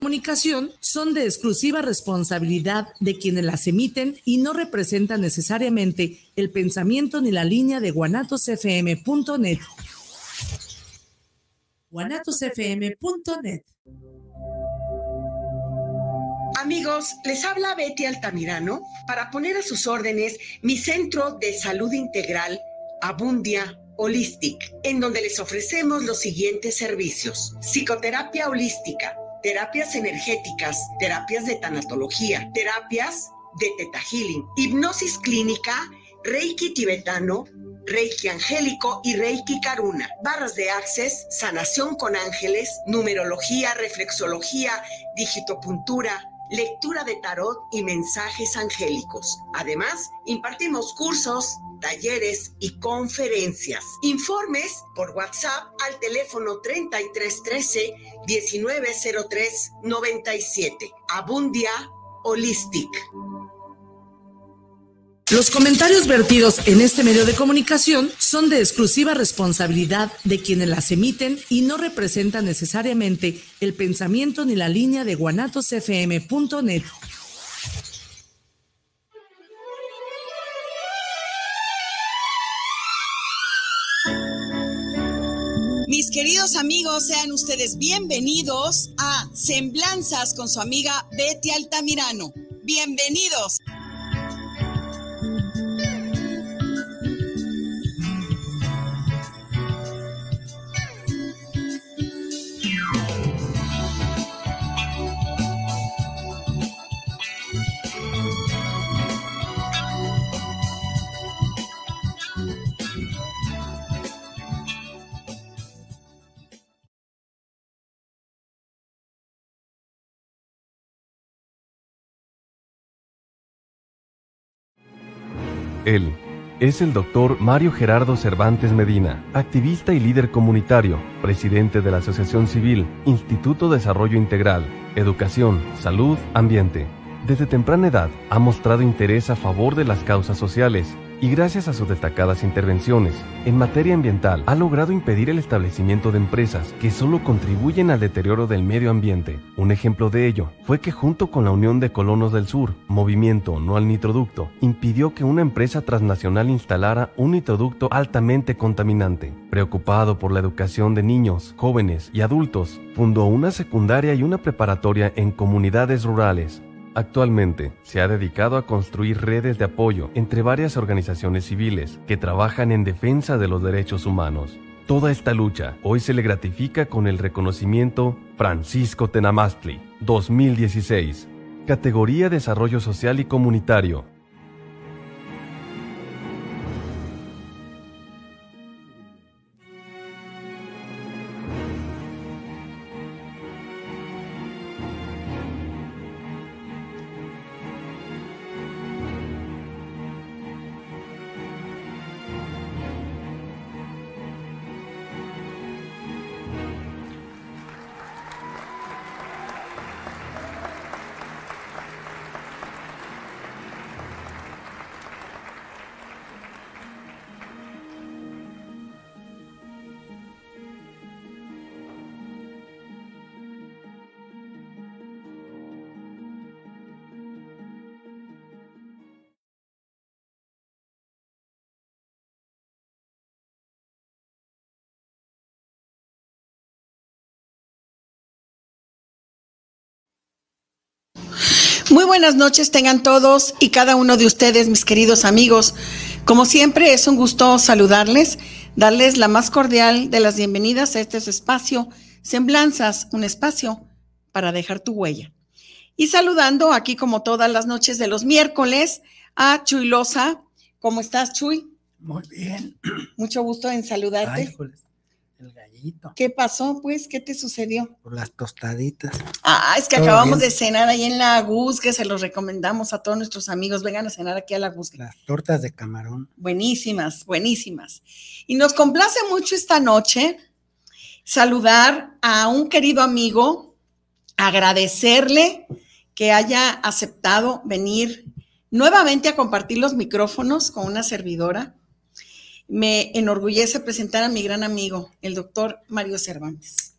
Comunicación son de exclusiva responsabilidad de quienes las emiten y no representan necesariamente el pensamiento ni la línea de guanatosfm.net. guanatosfm.net. Amigos, les habla Betty Altamirano para poner a sus órdenes mi centro de salud integral Abundia Holistic, en donde les ofrecemos los siguientes servicios: psicoterapia holística, terapias energéticas, terapias de tanatología, terapias de Theta Healing, hipnosis clínica, Reiki tibetano, Reiki angélico y Reiki Karuna, barras de access, sanación con ángeles, numerología, reflexología, digitopuntura, lectura de tarot y mensajes angélicos. Además, impartimos cursos, talleres y conferencias. Informes por WhatsApp al teléfono 3313 1903 97. Abundia Holistic. Los comentarios vertidos en este medio de comunicación son de exclusiva responsabilidad de quienes las emiten y no representan necesariamente el pensamiento ni la línea de guanatosfm.net. Mis queridos amigos, sean ustedes bienvenidos a Semblanzas con su amiga Betty Altamirano. Bienvenidos. Él es el doctor Mario Gerardo Cervantes Medina, activista y líder comunitario, presidente de la Asociación Civil, Instituto de Desarrollo Integral, Educación, Salud, Ambiente. Desde temprana edad ha mostrado interés a favor de las causas sociales y gracias a sus destacadas intervenciones en materia ambiental ha logrado impedir el establecimiento de empresas que solo contribuyen al deterioro del medio ambiente. Un ejemplo de ello fue que junto con la Unión de Colonos del Sur, Movimiento No al Nitroducto, impidió que una empresa transnacional instalara un nitroducto altamente contaminante. Preocupado por la educación de niños, jóvenes y adultos, fundó una secundaria y una preparatoria en comunidades rurales. Actualmente se ha dedicado a construir redes de apoyo entre varias organizaciones civiles que trabajan en defensa de los derechos humanos. Toda esta lucha hoy se le gratifica con el reconocimiento Francisco Tenamastli 2016, categoría Desarrollo Social y Comunitario. Muy buenas noches tengan todos y cada uno de ustedes, mis queridos amigos. Como siempre, es un gusto saludarles, darles la más cordial de las bienvenidas a este espacio, Semblanzas, un espacio para dejar tu huella. Y saludando aquí, como todas las noches de los miércoles, a Chuy Loza. ¿Cómo estás, Chuy? Muy bien. Mucho gusto en saludarte. Ay, híjole, el gallito. ¿Qué pasó, pues? ¿Qué te sucedió? Por las tostaditas. Es que acabamos de cenar ahí en la Guzgue, se los recomendamos a todos nuestros amigos, vengan a cenar aquí a la Guzgue. Las tortas de camarón. Buenísimas, buenísimas. Y nos complace mucho esta noche saludar a un querido amigo, agradecerle que haya aceptado venir nuevamente a compartir los micrófonos con una servidora. Me enorgullece presentar a mi gran amigo, el doctor Mario Cervantes.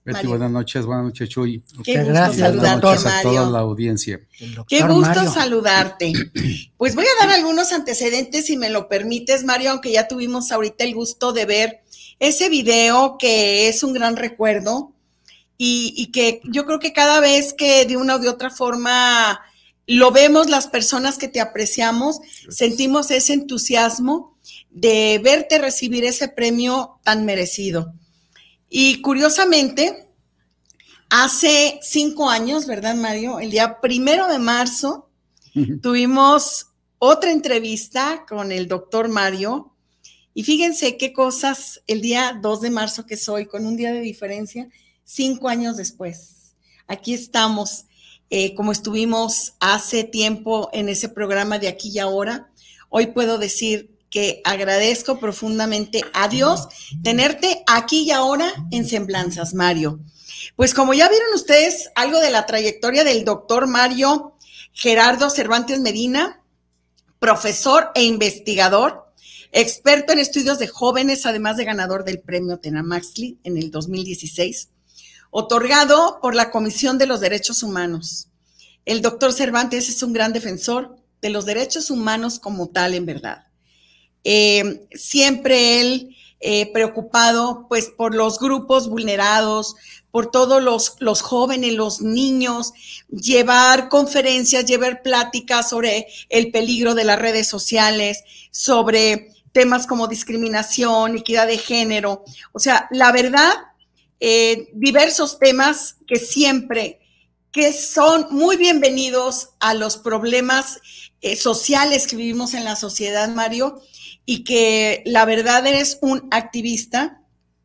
Betty, Mario. buenas noches, Chuy. Qué Muchas gusto gracias, saludarte, Buenas noches a Mario. toda la audiencia. El doctor Qué gusto Mario. saludarte. Pues voy a dar algunos antecedentes, si me lo permites, Mario, aunque ya tuvimos ahorita el gusto de ver ese video que es un gran recuerdo y que yo creo que cada vez que de una u de otra forma lo vemos las personas que te apreciamos, sentimos ese entusiasmo de verte recibir ese premio tan merecido. Y curiosamente, hace 5 años, ¿verdad, Mario? El día 1 de marzo tuvimos otra entrevista con el doctor Mario y fíjense qué cosas el día 2 de marzo que soy, con un día de diferencia, 5 años después. Aquí estamos, como estuvimos hace tiempo en ese programa de Aquí y Ahora. Hoy puedo decir que agradezco profundamente a Dios tenerte aquí y ahora en Semblanzas, Mario. Pues como ya vieron ustedes algo de la trayectoria del doctor Mario Gerardo Cervantes Medina, profesor e investigador, experto en estudios de jóvenes, además de ganador del premio Tenamaxtli en el 2016, otorgado por la Comisión de los Derechos Humanos. El doctor Cervantes es un gran defensor de los derechos humanos como tal, en verdad. Siempre él preocupado pues por los grupos vulnerados, por todos los jóvenes, los niños, llevar conferencias, llevar pláticas sobre el peligro de las redes sociales, sobre temas como discriminación, equidad de género. O sea, la verdad, diversos temas que siempre que son muy bienvenidos a los problemas sociales que vivimos en la sociedad, Mario, y que la verdad eres un activista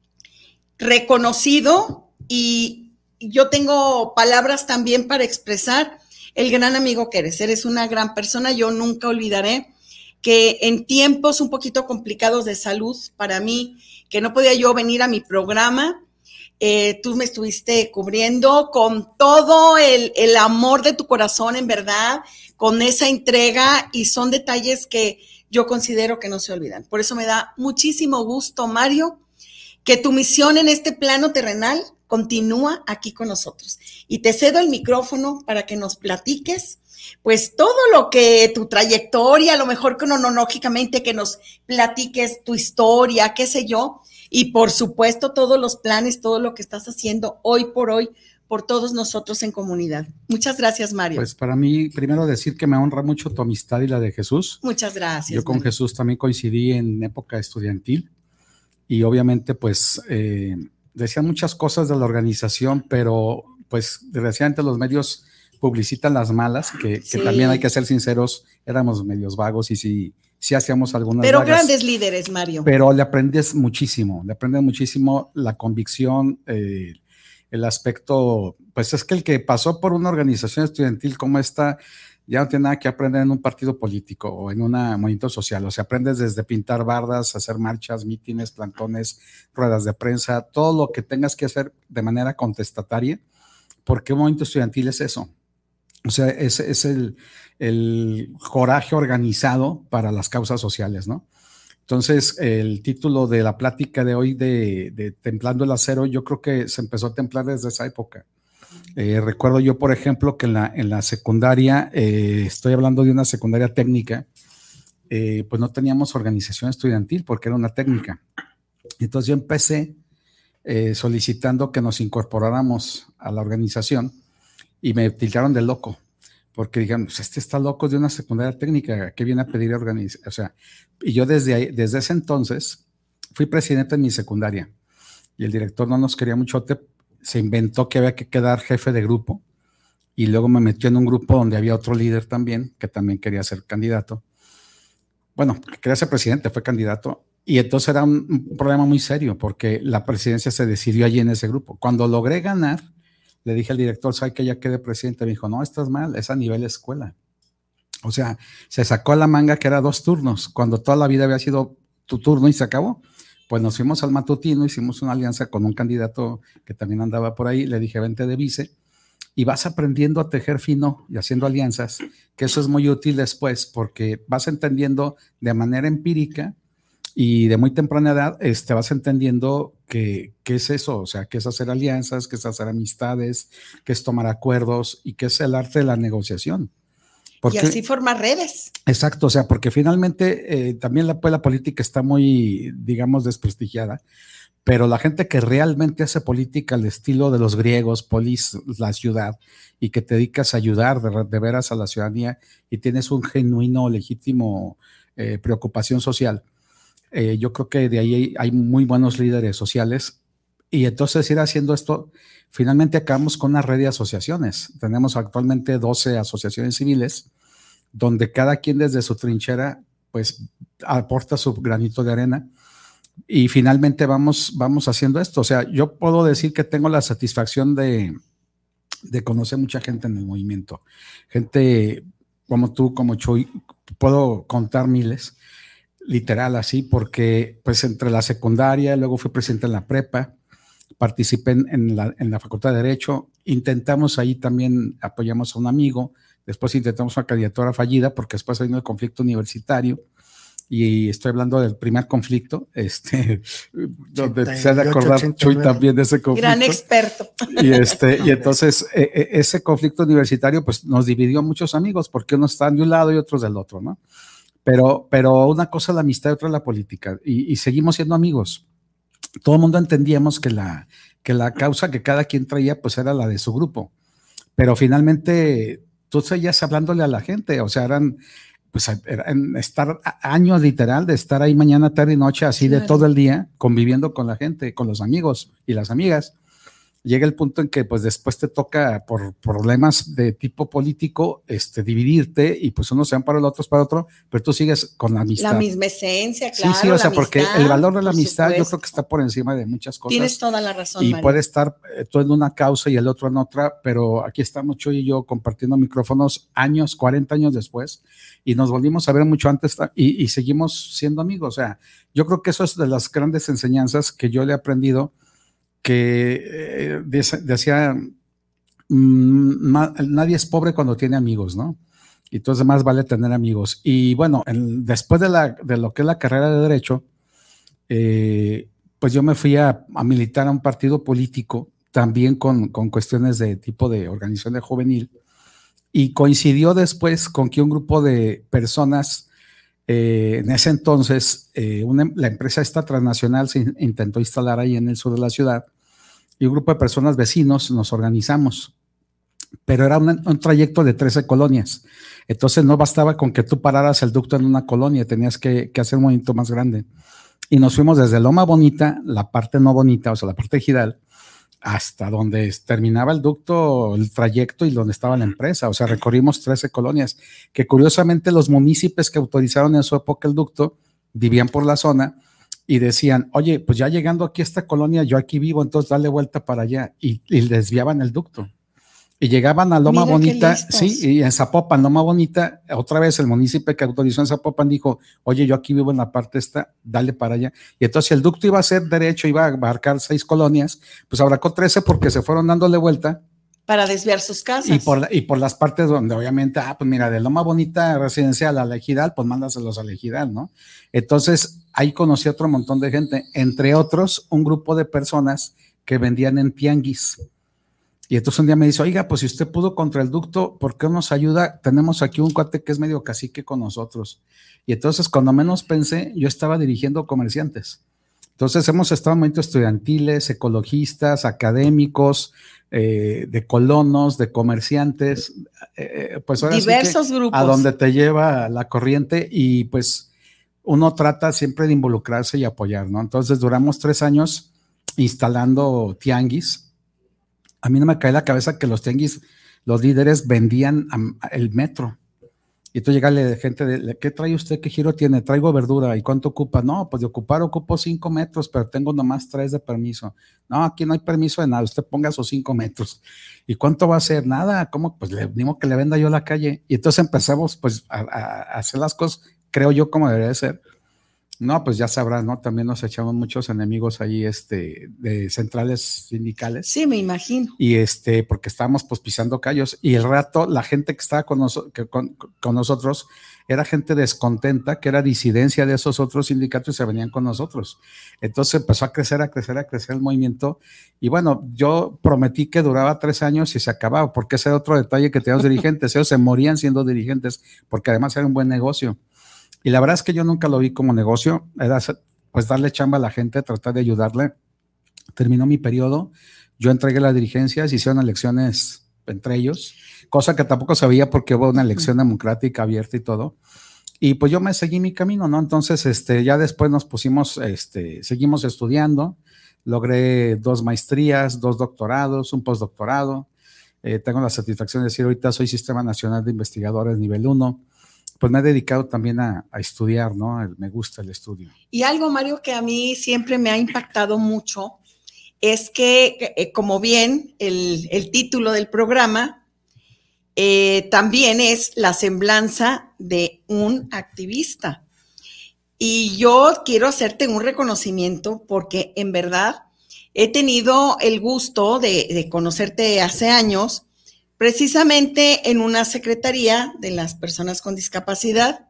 reconocido y yo tengo palabras también para expresar el gran amigo que eres. Eres una gran persona. Yo nunca olvidaré que en tiempos un poquito complicados de salud para mí, que no podía yo venir a mi programa, tú me estuviste cubriendo con todo el amor de tu corazón, en verdad, con esa entrega, y son detalles que yo considero que no se olvidan. Por eso me da muchísimo gusto, Mario, que tu misión en este plano terrenal continúa aquí con nosotros. Y te cedo el micrófono para que nos platiques, pues, todo lo que tu trayectoria, a lo mejor cronológicamente, que nos platiques tu historia, qué sé yo, y por supuesto todos los planes, todo lo que estás haciendo hoy por todos nosotros en comunidad. Muchas gracias, Mario. Pues para mí, primero decir que me honra mucho tu amistad y la de Jesús. Muchas gracias. Yo con Mario. Jesús también coincidí en época estudiantil y obviamente pues decían muchas cosas de la organización, pero pues desgraciadamente los medios publicitan las malas, que también hay que ser sinceros, éramos medios vagos y sí hacíamos algunas pero vagas, grandes líderes, Mario. pero le aprendes muchísimo la convicción, el aspecto, pues es que el que pasó por una organización estudiantil como esta ya no tiene nada que aprender en un partido político o en un movimiento social. O sea, aprendes desde pintar bardas, hacer marchas, mítines, plantones, ruedas de prensa, todo lo que tengas que hacer de manera contestataria, porque un movimiento estudiantil es eso. O sea, es el coraje organizado para las causas sociales, ¿no? Entonces, el título de la plática de hoy de Templando el Acero, yo creo que se empezó a templar desde esa época. Recuerdo yo, por ejemplo, que en la secundaria, estoy hablando de una secundaria técnica, pues no teníamos organización estudiantil porque era una técnica. Entonces yo empecé solicitando que nos incorporáramos a la organización y me tildaron de loco, porque dijeron, pues este está loco, de una secundaria técnica, ¿qué viene a pedir organización? O sea, y yo desde ese entonces fui presidente en mi secundaria y el director no nos quería mucho, se inventó que había que quedar jefe de grupo y luego me metió en un grupo donde había otro líder también, que también quería ser candidato. Bueno, quería ser presidente, fue candidato, y entonces era un problema muy serio porque la presidencia se decidió allí en ese grupo. Cuando logré ganar, le dije al director, ¿sabe que ya quedé presidente? Me dijo, no, estás mal, es a nivel escuela. O sea, se sacó a la manga que era 2 turnos, cuando toda la vida había sido tu turno y se acabó. Pues nos fuimos al matutino, hicimos una alianza con un candidato que también andaba por ahí, le dije, vente de vice, y vas aprendiendo a tejer fino y haciendo alianzas, que eso es muy útil después, porque vas entendiendo de manera empírica y de muy temprana edad vas entendiendo qué es eso, o sea, qué es hacer alianzas, qué es hacer amistades, qué es tomar acuerdos y qué es el arte de la negociación. Y así formar redes. Exacto, o sea, porque finalmente también la política está muy, digamos, desprestigiada, pero la gente que realmente hace política al estilo de los griegos, polis, la ciudad, y que te dedicas a ayudar de veras a la ciudadanía y tienes un genuino, legítimo preocupación social, yo creo que de ahí hay muy buenos líderes sociales, y entonces ir haciendo esto, finalmente acabamos con una red de asociaciones. Tenemos actualmente 12 asociaciones civiles, donde cada quien desde su trinchera, pues, aporta su granito de arena, y finalmente vamos haciendo esto. O sea, yo puedo decir que tengo la satisfacción de conocer mucha gente en el movimiento, gente como tú, como Chuy, puedo contar miles, literal así, porque pues entre la secundaria, luego fui presidente en la prepa, participé en la Facultad de Derecho, intentamos ahí también, apoyamos a un amigo, después intentamos una candidatura fallida porque después vino el conflicto universitario, y estoy hablando del primer conflicto, donde se ha de acordar 88, Chuy también de ese conflicto. Gran experto. Y entonces ese conflicto universitario pues nos dividió a muchos amigos, porque unos estaban de un lado y otros del otro, ¿no? Pero una cosa es la amistad y otra es la política, y seguimos siendo amigos. Todo el mundo entendíamos que la causa que cada quien traía pues era la de su grupo, pero finalmente tú seguías hablándole a la gente, o sea, eran estar años literal de estar ahí mañana, tarde y noche, así claro, de todo el día, conviviendo con la gente, con los amigos y las amigas. Llega el punto en que pues después te toca por problemas de tipo político dividirte, y pues unos se van para el otro, para otro, pero tú sigues con la amistad. La misma esencia, claro. Sí, o sea, porque el valor de la amistad yo creo que está por encima de muchas cosas. Tienes toda la razón, y Mario. Puede estar tú en una causa y el otro en otra, pero aquí estamos Chuy y yo compartiendo micrófonos 40 años después, y nos volvimos a ver mucho antes, y seguimos siendo amigos. O sea, yo creo que eso es de las grandes enseñanzas que yo le he aprendido, que decía, nadie es pobre cuando tiene amigos, ¿no? Y entonces más vale tener amigos. Y bueno, después de lo que es la carrera de Derecho, pues yo me fui a militar a un partido político, también con cuestiones de tipo de organización de juvenil, y coincidió después con que un grupo de personas, en ese entonces, la empresa esta transnacional se intentó instalar ahí en el sur de la ciudad, y un grupo de personas vecinos nos organizamos, pero era un trayecto de 13 colonias, entonces no bastaba con que tú pararas el ducto en una colonia, tenías que hacer un movimiento más grande, y nos fuimos desde Loma Bonita, la parte no bonita, o sea, la parte ejidal, hasta donde terminaba el ducto, el trayecto, y donde estaba la empresa. O sea, recorrimos 13 colonias, que curiosamente los municipios que autorizaron en su época el ducto vivían por la zona y decían, oye, pues ya llegando aquí a esta colonia, yo aquí vivo, entonces dale vuelta para allá, y desviaban el ducto. Y llegaban a Loma Bonita, sí, y en Zapopan, Loma Bonita, otra vez el municipio que autorizó en Zapopan dijo, oye, yo aquí vivo en la parte esta, dale para allá. Y entonces el ducto iba a ser derecho, iba a abarcar 6 colonias, pues abarcó 13 porque se fueron dándole vuelta. Para desviar sus casas. Y por las partes donde obviamente, pues mira, de Loma Bonita residencial a la Ejidal, pues mándaselos a la Ejidal, ¿no? Entonces ahí conocí a otro montón de gente, entre otros un grupo de personas que vendían en tianguis. Y entonces un día me dice, oiga, pues si usted pudo contra el ducto, ¿por qué nos ayuda? Tenemos aquí un cuate que es medio cacique con nosotros. Y entonces cuando menos pensé, yo estaba dirigiendo comerciantes. Entonces hemos estado en momentos estudiantiles, ecologistas, académicos, de colonos, de comerciantes, pues ahora diversos sí que grupos. A donde te lleva la corriente, y pues uno trata siempre de involucrarse y apoyar, ¿no? Entonces duramos 3 años instalando tianguis. A mí no me cae la cabeza que los tianguis, los líderes vendían el metro. Y tú llegarle gente, ¿qué trae usted? ¿Qué giro tiene? Traigo verdura. ¿Y cuánto ocupa? No, pues de ocupar ocupo 5 metros, pero tengo nomás 3 de permiso. No, aquí no hay permiso de nada, usted ponga esos 5 metros. ¿Y cuánto va a ser? Nada, ¿cómo? Pues le digo que le venda yo la calle. Y entonces empezamos pues a hacer las cosas, creo yo, como debería de ser. No, pues ya sabrás, ¿no? También nos echamos muchos enemigos ahí, de centrales sindicales. Sí, me imagino. Y porque estábamos pues pisando callos. Y el rato, la gente que estaba con nosotros era gente descontenta, que era disidencia de esos otros sindicatos y se venían con nosotros. Entonces empezó a crecer el movimiento. Y bueno, yo prometí que duraba 3 años y se acababa, porque ese era otro detalle que teníamos dirigentes. Ellos se morían siendo dirigentes, porque además era un buen negocio. Y la verdad es que yo nunca lo vi como negocio, era pues darle chamba a la gente, tratar de ayudarle. Terminó mi periodo, yo entregué las dirigencias, hicieron elecciones entre ellos, cosa que tampoco sabía porque hubo una elección democrática abierta y todo. Y pues yo me seguí mi camino, ¿no? Entonces, ya después nos pusimos, seguimos estudiando, logré 2 maestrías, 2 doctorados, un postdoctorado. Tengo la satisfacción de decir, ahorita soy Sistema Nacional de Investigadores nivel 1. Pues me he dedicado también a estudiar, ¿no? Me gusta el estudio. Y algo, Mario, que a mí siempre me ha impactado mucho es que, como bien el título del programa, también es la semblanza de un activista. Y yo quiero hacerte un reconocimiento porque en verdad he tenido el gusto de conocerte hace años, precisamente en una secretaría de las personas con discapacidad.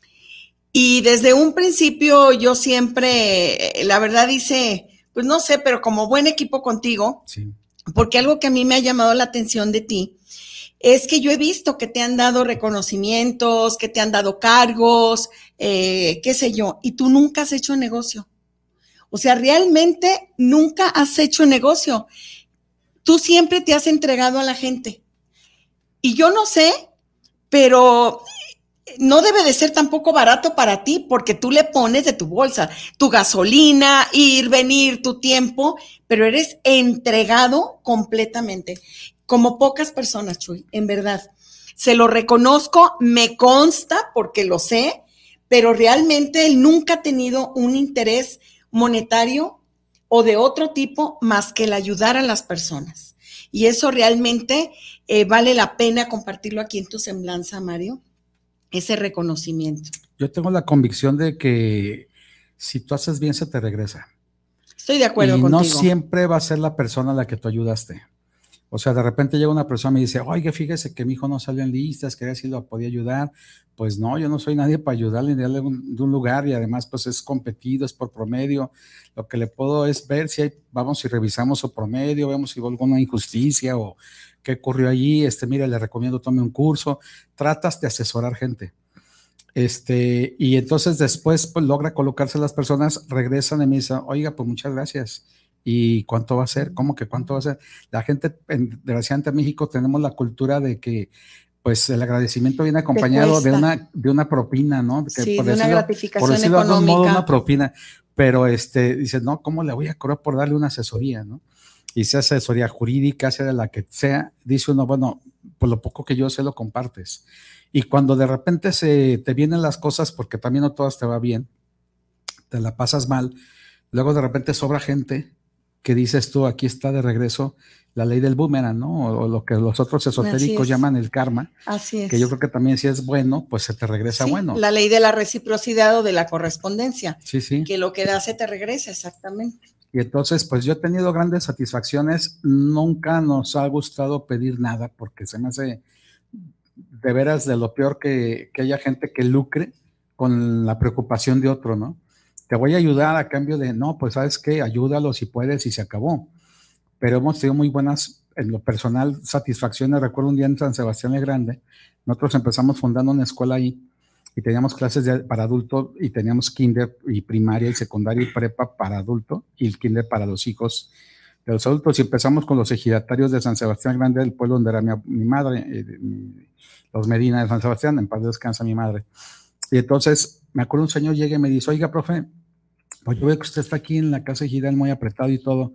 Y desde un principio yo siempre, la verdad hice, pues no sé, pero como buen equipo contigo, sí. Porque algo que a mí me ha llamado la atención de ti es que yo he visto que te han dado reconocimientos, que te han dado cargos, qué sé yo, y tú nunca has hecho negocio. O sea, realmente nunca has hecho negocio. Tú siempre te has entregado a la gente. Y yo no sé, pero no debe de ser tampoco barato para ti porque tú le pones de tu bolsa, tu gasolina, ir, venir, tu tiempo, pero eres entregado completamente, como pocas personas, Chuy, en verdad. Se lo reconozco, me consta porque lo sé, pero realmente él nunca ha tenido un interés monetario o de otro tipo más que el ayudar a las personas. Y eso realmente vale la pena compartirlo aquí en tu semblanza, Mario, ese reconocimiento. Yo tengo la convicción de que si tú haces bien, se te regresa. Estoy de acuerdo contigo. Y no siempre va a ser la persona a la que tú ayudaste. O sea, de repente llega una persona y me dice, oiga, fíjese que mi hijo no salió en listas, quería si lo podía ayudar. Pues no, yo no soy nadie para ayudarle ni darle de un lugar, y además pues es competido, es por promedio. Lo que le puedo es ver si vamos y revisamos su promedio, vemos si hubo alguna injusticia o qué ocurrió allí. Mire, le recomiendo tome un curso. Tratas de asesorar gente. Y entonces después pues logra colocarse las personas, regresan y me dicen, oiga, pues muchas gracias. ¿Y cuánto va a ser? ¿Cómo que cuánto va a ser? La gente, desgraciadamente en México tenemos la cultura de que pues el agradecimiento viene acompañado de una propina, ¿no? Que sí, de una gratificación económica. De algún modo, una propina. Pero dices, no, ¿cómo le voy a cobrar por darle una asesoría, no? Y sea asesoría jurídica, sea de la que sea, dice uno, bueno, por lo poco que yo sé lo compartes. Y cuando de repente te vienen las cosas, porque también no todas te va bien, te la pasas mal, luego de repente sobra gente que dices tú, aquí está de regreso la ley del boomerang, ¿no? O lo que los otros esotéricos llaman el karma. Así es. Que yo creo que también si es bueno, pues se te regresa bueno. La ley de la reciprocidad o de la correspondencia. Sí, sí. Que lo que da se te regresa, exactamente. Y entonces, pues yo he tenido grandes satisfacciones. Nunca nos ha gustado pedir nada porque se me hace de veras de lo peor que haya gente que lucre con la preocupación de otro, ¿no? Te voy a ayudar a cambio de, no, pues sabes qué, ayúdalo si puedes y se acabó. Pero hemos tenido muy buenas, en lo personal, satisfacciones. Recuerdo un día en San Sebastián el Grande, nosotros empezamos fundando una escuela ahí y teníamos clases para adultos y teníamos kinder y primaria y secundaria y prepa para adulto y el kinder para los hijos de los adultos. Y empezamos con los ejidatarios de San Sebastián Grande, del pueblo donde era mi madre, los Medina de San Sebastián, en paz descansa mi madre. Y entonces me acuerdo un señor llega y me dice, oiga, profe, pues yo veo que usted está aquí en la casa ejidal muy apretado y todo,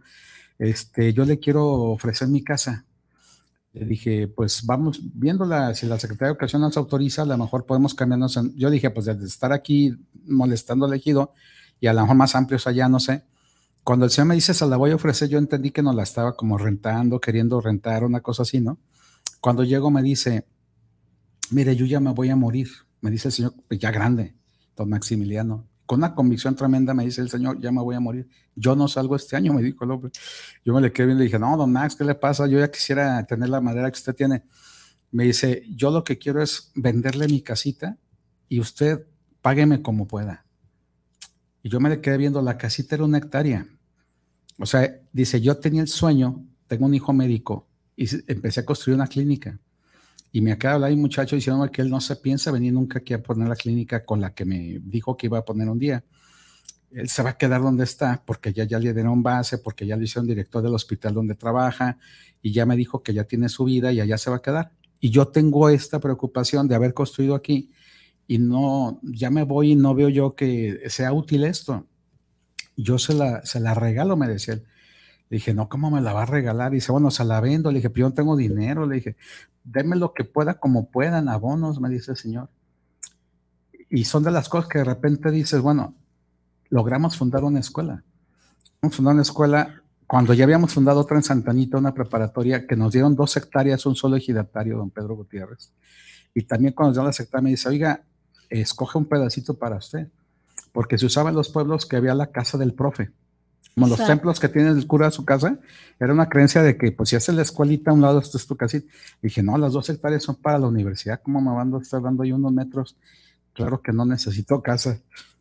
yo le quiero ofrecer mi casa. Le dije, pues vamos viéndola, si la Secretaría de Educación nos autoriza, a lo mejor podemos cambiarnos. Yo dije, pues desde estar aquí molestando al ejido y a lo mejor más amplios allá, no sé. Cuando el señor me dice, se la voy a ofrecer, yo entendí que nos la estaba como rentando, queriendo rentar, una cosa así, ¿no? Cuando llego me dice, mire, yo ya me voy a morir. Me dice el señor, pues ya grande, don Maximiliano. con una convicción tremenda me dice el señor, ya me voy a morir. Yo no salgo este año, me dijo el hombre. Yo me le quedé bien, le dije, no, don Max, ¿qué le pasa? Yo ya quisiera tener la madera que usted tiene. Me dice, yo lo que quiero es venderle mi casita y usted págueme como pueda. Y yo me le quedé viendo, la casita era 1 hectárea. O sea, dice, yo tenía el sueño, tengo un hijo médico y empecé a construir una clínica. Y me acaba de hablar un muchacho diciendo que él no se piensa venir nunca aquí a poner la clínica con la que me dijo que iba a poner un día. Él se va a quedar donde está porque ya le dieron base, porque ya le hicieron director del hospital donde trabaja y ya me dijo que ya tiene su vida y allá se va a quedar. Y yo tengo esta preocupación de haber construido aquí y no, ya me voy y no veo yo que sea útil esto. Yo se la regalo, me decía él. Le dije, no, ¿cómo me la va a regalar? Y dice, bueno, se la vendo. Le dije, pero yo no tengo dinero. Le dije, déme lo que pueda, como puedan, abonos, me dice el señor. Y son de las cosas que de repente dices, bueno, logramos fundar una escuela. Vamos a fundar una escuela cuando ya habíamos fundado otra en Santa Anita, una preparatoria, que nos dieron 2 hectáreas, un solo ejidatario, don Pedro Gutiérrez. Y también cuando nos dieron las hectáreas me dice, oiga, escoge un pedacito para usted. Porque se usaba en los pueblos que había la casa del profe. Como los templos que tiene el cura a su casa, era una creencia de que, pues, si haces la escuelita a un lado, esto es tu casita. Dije, no, las 2 hectáreas son para la universidad. ¿Cómo me van a estar dando ahí unos metros? Claro que no necesito casa.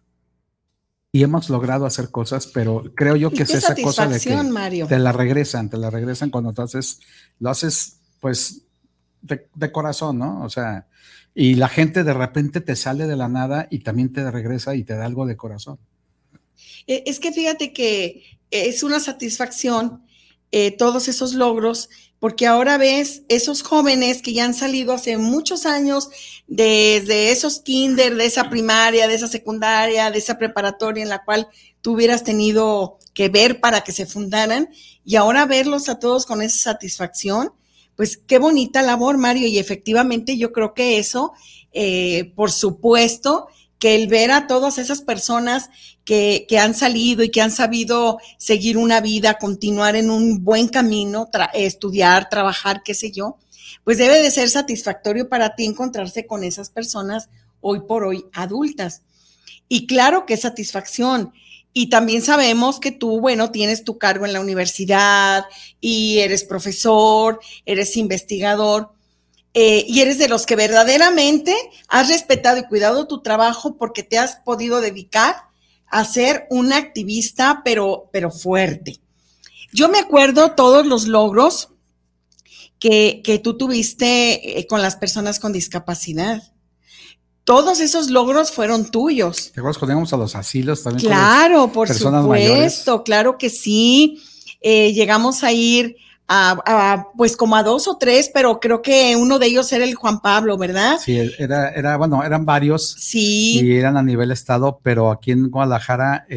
Y hemos logrado hacer cosas, pero creo yo que es esa cosa de que Mario, te la regresan cuando tú lo haces, pues, de corazón, ¿no? O sea, y la gente de repente te sale de la nada y también te regresa y te da algo de corazón. Es que fíjate que es una satisfacción todos esos logros, porque ahora ves esos jóvenes que ya han salido hace muchos años desde esos kinder, de esa primaria, de esa secundaria, de esa preparatoria en la cual tú hubieras tenido que ver para que se fundaran, y ahora verlos a todos con esa satisfacción, pues qué bonita labor, Mario, y efectivamente yo creo que eso, por supuesto, que el ver a todas esas personas que han salido y que han sabido seguir una vida, continuar en un buen camino, estudiar, trabajar, qué sé yo, pues debe de ser satisfactorio para ti encontrarse con esas personas hoy por hoy adultas. Y claro que es satisfacción. Y también sabemos que tú, bueno, tienes tu cargo en la universidad y eres profesor, eres investigador. Y eres de los que verdaderamente has respetado y cuidado tu trabajo porque te has podido dedicar a ser un activista, pero fuerte. Yo me acuerdo todos los logros que tú tuviste con las personas con discapacidad. Todos esos logros fueron tuyos. ¿Te acuerdas cuando íbamos a los asilos también? Claro, por personas supuesto, mayores? Claro que sí. Llegamos a ir pues como a 2 o 3, pero creo que uno de ellos era el Juan Pablo, ¿verdad? Sí, bueno, eran varios. Sí. Y eran a nivel estado, pero aquí en Guadalajara,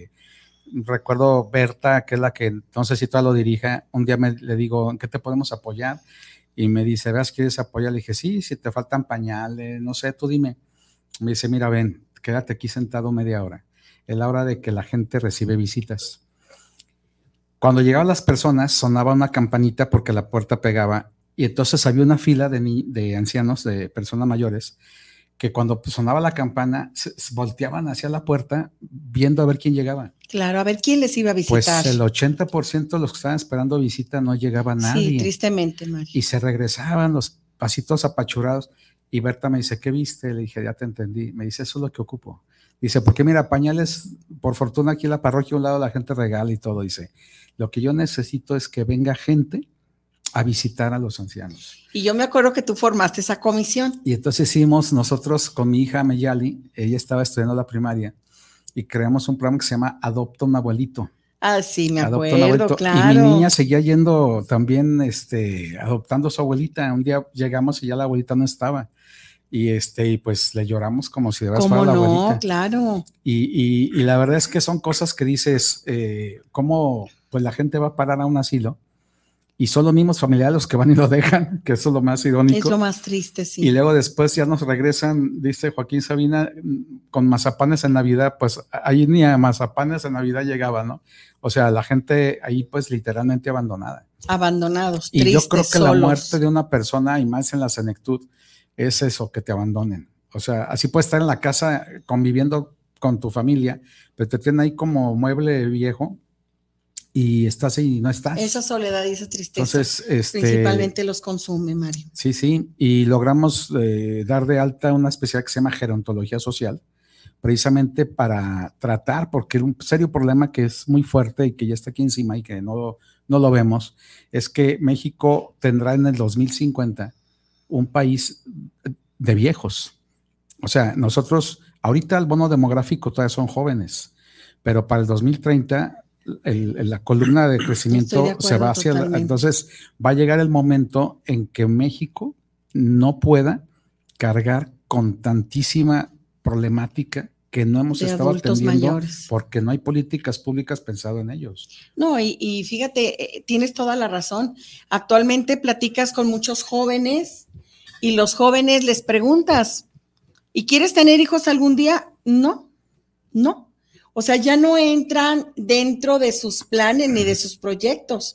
recuerdo Berta, que es la que, no sé si tú lo dirija, un día le digo, ¿en qué te podemos apoyar? Y me dice, ¿ves, quieres apoyar? Le dije, sí, si te faltan pañales, no sé, tú dime. Me dice, mira, ven, quédate aquí sentado media hora. Es la hora de que la gente recibe visitas. Cuando llegaban las personas, sonaba una campanita porque la puerta pegaba y entonces había una fila de ancianos, de personas mayores, que cuando sonaba la campana se volteaban hacia la puerta viendo a ver quién llegaba. Claro, a ver quién les iba a visitar. Pues el 80% de los que estaban esperando visita no llegaba nadie. Sí, tristemente, Mario. Y se regresaban los pasitos apachurados y Berta me dice, ¿qué viste? Le dije, ya te entendí. Me dice, eso es lo que ocupo. Dice, porque mira, pañales, por fortuna aquí en la parroquia, a un lado la gente regala y todo. Dice, lo que yo necesito es que venga gente a visitar a los ancianos. Y yo me acuerdo que tú formaste esa comisión. Y entonces hicimos nosotros con mi hija Meyali, ella estaba estudiando la primaria, y creamos un programa que se llama Adopta un Abuelito. Ah, sí, me acuerdo, claro. Y mi niña seguía yendo también, adoptando a su abuelita. Un día llegamos y ya la abuelita no estaba. Y pues le lloramos como si de verdad fuera la abuelita. Claro. Y la verdad es que son cosas que dices, cómo pues la gente va a parar a un asilo y son los mismos familiares los que van y lo dejan, que eso es lo más irónico. Es lo más triste, sí. Y luego después ya nos regresan, dice Joaquín Sabina, con mazapanes en Navidad, pues ahí ni a mazapanes en Navidad llegaba, ¿no? O sea, la gente ahí pues literalmente abandonada. Abandonados, y tristes, yo creo que solos. La muerte de una persona, y más en la senectud, es eso, que te abandonen. O sea, así puedes estar en la casa conviviendo con tu familia, pero te tienen ahí como mueble viejo y estás ahí y no estás. Esa soledad y esa tristeza Entonces, principalmente los consume, Mario. Sí, y logramos dar de alta una especialidad que se llama gerontología social, precisamente para tratar, porque un serio problema que es muy fuerte y que ya está aquí encima y que no lo vemos, es que México tendrá en el 2050 un país de viejos. O sea, nosotros, ahorita el bono demográfico todavía son jóvenes, pero para el 2030 la columna de crecimiento se va hacia, entonces va a llegar el momento en que México no pueda cargar con tantísima problemática que no hemos estado atendiendo mayores, porque no hay políticas públicas pensado en ellos. No, y fíjate, tienes toda la razón. Actualmente platicas con muchos jóvenes y los jóvenes les preguntas, ¿y quieres tener hijos algún día? No. O sea, ya no entran dentro de sus planes ni de sus proyectos.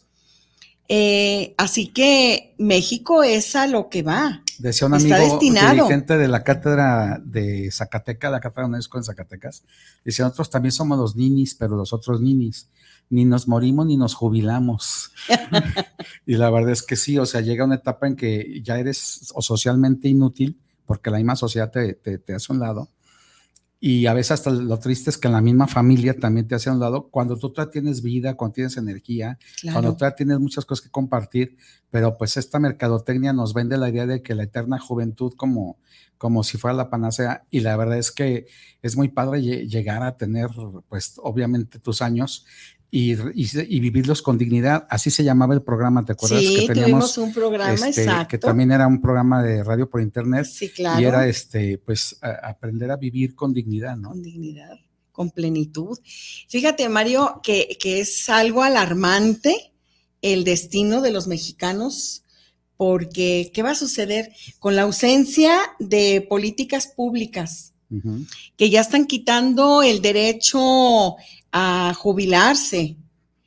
Así que México es a lo que va. Decía un amigo dirigente de la cátedra de Zacatecas, la cátedra UNESCO en Zacatecas, dice, nosotros también somos los ninis, pero los otros ninis, ni nos morimos ni nos jubilamos. Y la verdad es que sí, o sea, llega una etapa en que ya eres socialmente inútil, porque la misma sociedad te hace a un lado. Y a veces hasta lo triste es que en la misma familia también te hace a un lado, cuando tú todavía tienes vida, cuando tienes energía, claro, cuando todavía tienes muchas cosas que compartir, pero pues esta mercadotecnia nos vende la idea de que la eterna juventud como si fuera la panacea, y la verdad es que es muy padre llegar a tener, pues obviamente tus años y vivirlos con dignidad. Así se llamaba el programa, ¿te acuerdas? Sí, que teníamos tuvimos un programa, exacto. Que también era un programa de radio por internet. Sí, claro. Y era pues aprender a vivir con dignidad, ¿no? Con dignidad, con plenitud. Fíjate, Mario, que es algo alarmante el destino de los mexicanos, porque ¿qué va a suceder con la ausencia de políticas públicas? Uh-huh. Que ya están quitando el derecho a jubilarse,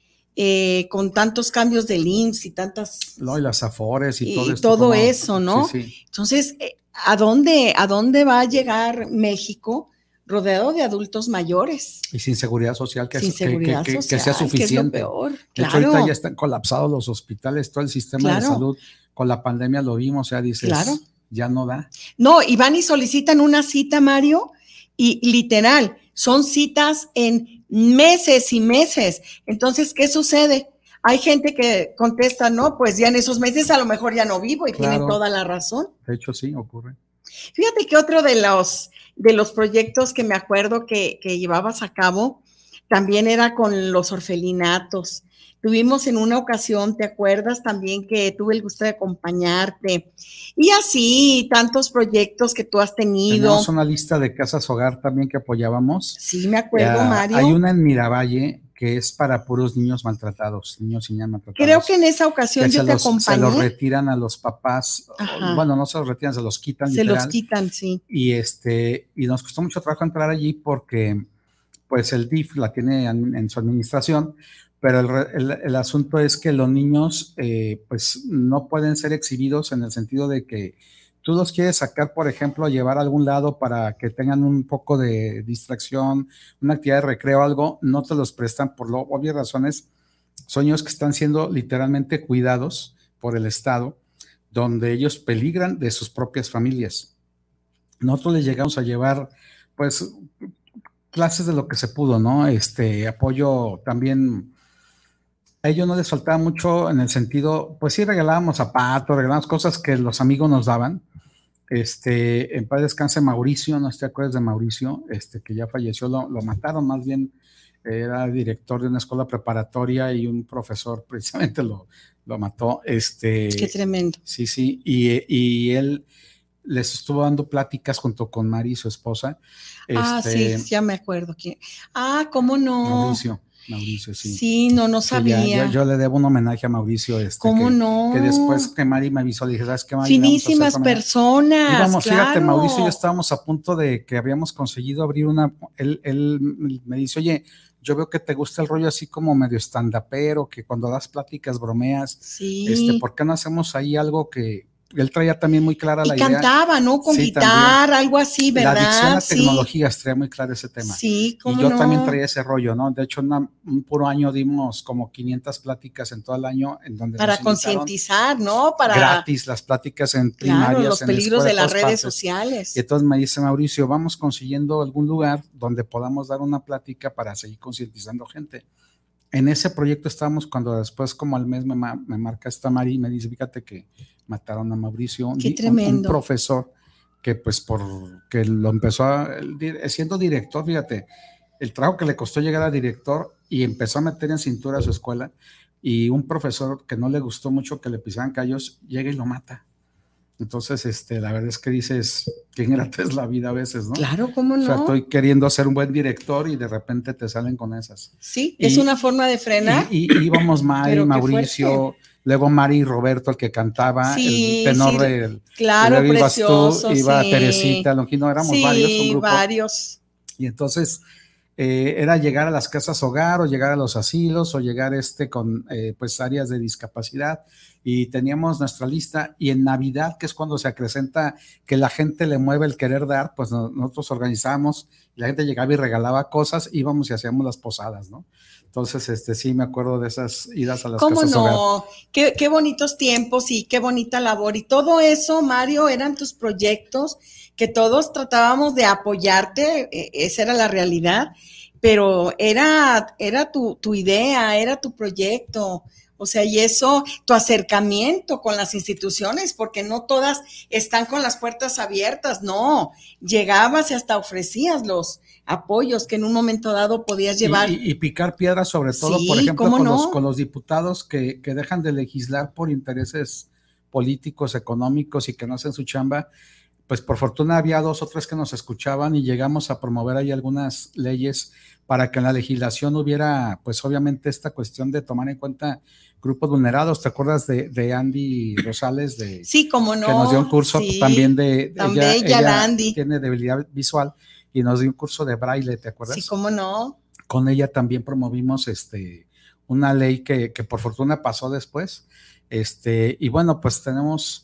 con tantos cambios del IMSS y tantas... No, y las afores y todo esto. Todo eso, ¿no? Sí. Entonces, ¿a dónde va a llegar México rodeado de adultos mayores? Y sin seguridad social, que sea suficiente. Que es lo peor, de claro. hecho, ahorita ya están colapsados los hospitales, todo el sistema de salud. Con la pandemia lo vimos, o sea, dices, ya no da. No, y van y solicitan una cita, Mario, y literal, son citas en meses y meses. Entonces, ¿qué sucede? Hay gente que contesta, no, pues ya en esos meses a lo mejor ya no vivo, y tienen toda la razón. De hecho, sí, ocurre. Fíjate que otro de los proyectos que me acuerdo que llevabas a cabo también era con los orfelinatos. Tuvimos en una ocasión, ¿te acuerdas? También que tuve el gusto de acompañarte. Y así, tantos proyectos que tú has tenido. Tenemos una lista de casas hogar también que apoyábamos. Sí, me acuerdo, Mario. Hay una en Miravalle que es para puros niños maltratados, niños y niñas maltratados. Creo que en esa ocasión yo te acompañé. Se los retiran a los papás. Ajá. Bueno, no se los retiran, se los quitan. Se literal. Los quitan, sí. Y nos costó mucho trabajo entrar allí porque pues el DIF la tiene en su administración, pero el asunto es que los niños pues no pueden ser exhibidos en el sentido de que tú los quieres sacar, por ejemplo, a llevar a algún lado para que tengan un poco de distracción, una actividad de recreo, algo, no te los prestan por obvias razones. Son niños que están siendo literalmente cuidados por el Estado, donde ellos peligran de sus propias familias. Nosotros les llegamos a llevar, pues, clases de lo que se pudo, ¿no? Apoyo también. A ellos no les faltaba mucho en el sentido, pues sí regalábamos zapatos, regalábamos cosas que los amigos nos daban. En paz descanse Mauricio, no sé si te acuerdas de Mauricio, que ya falleció, lo mataron, más bien era director de una escuela preparatoria y un profesor precisamente lo mató. Qué tremendo. Sí, y él les estuvo dando pláticas junto con Mari, su esposa. Sí, ya me acuerdo. ¿Cómo no? Mauricio, sí. Sí, no sabía. Sí, yo le debo un homenaje a Mauricio. ¿Cómo no? Que después que Mari me avisó, le dije, ¿sabes qué, Mari? Finísimas personas, íbamos, claro. Fíjate, Mauricio y yo estábamos a punto de que habíamos conseguido abrir él me dice, oye, yo veo que te gusta el rollo así como medio stand-upero, que cuando das pláticas bromeas, sí. ¿Por qué no hacemos ahí algo que él traía también muy clara la Y idea. cantaba, ¿no? Con Sí, guitarra, algo así, ¿verdad? La adicción a Sí. tecnologías traía muy claro ese tema. Sí, cómo y yo no. también traía ese rollo, ¿no? De hecho, un puro año dimos como 500 pláticas en todo el año en donde Para nos invitaron concientizar, ¿no? Para gratis las pláticas en primarias, claro, los en peligros de las todas redes partes. sociales. Y entonces me dice Mauricio, vamos consiguiendo algún lugar donde podamos dar una plática para seguir concientizando gente. En ese proyecto estábamos cuando después, como al mes, me marca esta Mari y me dice, fíjate que mataron a Mauricio, Qué tremendo. un profesor que pues que lo empezó siendo director, fíjate, el trabajo que le costó llegar a director y empezó a meter en cintura a su escuela, y un profesor que no le gustó mucho que le pisaran callos, llega y lo mata. Entonces, la verdad es que dices, qué ingrata es la vida a veces, ¿no? Claro, ¿cómo no? O sea, estoy queriendo ser un buen director y de repente te salen con esas. Sí, es una forma de frenar. Y íbamos Mari, Mauricio, luego Mari y Roberto, el que cantaba, sí, el tenor sí, del... claro, ibas precioso, tú, iba sí. Teresita, Longino, éramos sí, varios, un grupo. varios. Y entonces era llegar a las casas hogar o llegar a los asilos o llegar con pues áreas de discapacidad, y teníamos nuestra lista, y en Navidad, que es cuando se acrecenta que la gente le mueve el querer dar, pues nosotros organizábamos, la gente llegaba y regalaba cosas, íbamos y hacíamos las posadas, ¿no? Entonces, sí me acuerdo de esas idas a las casas hogar. ¿Cómo no? Qué bonitos tiempos y qué bonita labor, y todo eso, Mario, eran tus proyectos que todos tratábamos de apoyarte, esa era la realidad, pero era tu idea, era tu proyecto. O sea, y eso, tu acercamiento con las instituciones, porque no todas están con las puertas abiertas, no, llegabas y hasta ofrecías los apoyos que en un momento dado podías llevar. Y picar piedras, sobre todo, sí, por ejemplo, con los diputados que dejan de legislar por intereses políticos, económicos y que no hacen su chamba. Pues por fortuna había 2 o 3 que nos escuchaban y llegamos a promover ahí algunas leyes para que en la legislación hubiera, pues obviamente, esta cuestión de tomar en cuenta grupos vulnerados. ¿Te acuerdas de Andy Rosales? Sí, cómo no. Que nos dio un curso también de... ella la Andy. Tiene debilidad visual y nos dio un curso de braille, ¿te acuerdas? Sí, cómo no. Con ella también promovimos una ley que por fortuna pasó después. Y bueno, pues tenemos...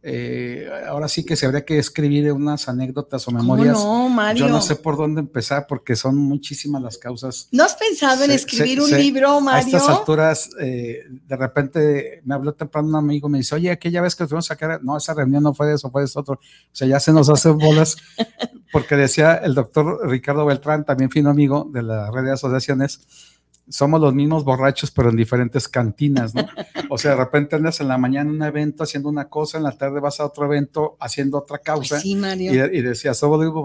ahora sí que se habría que escribir unas anécdotas o memorias. ¿Cómo no, Mario? Yo no sé por dónde empezar porque son muchísimas las causas. ¿No has pensado en escribir un libro, Mario? A estas alturas, de repente me habló temprano un amigo, me dice, oye, aquella vez que fuimos a sacar, no, esa reunión no fue de eso, fue de eso otro. O sea, ya se nos hacen bolas, porque decía el doctor Ricardo Beltrán, también fino amigo de la red de asociaciones, somos los mismos borrachos, pero en diferentes cantinas, ¿no? O sea, de repente andas en la mañana en un evento haciendo una cosa, en la tarde vas a otro evento haciendo otra causa. Pues sí, Mario. Y decía, somos los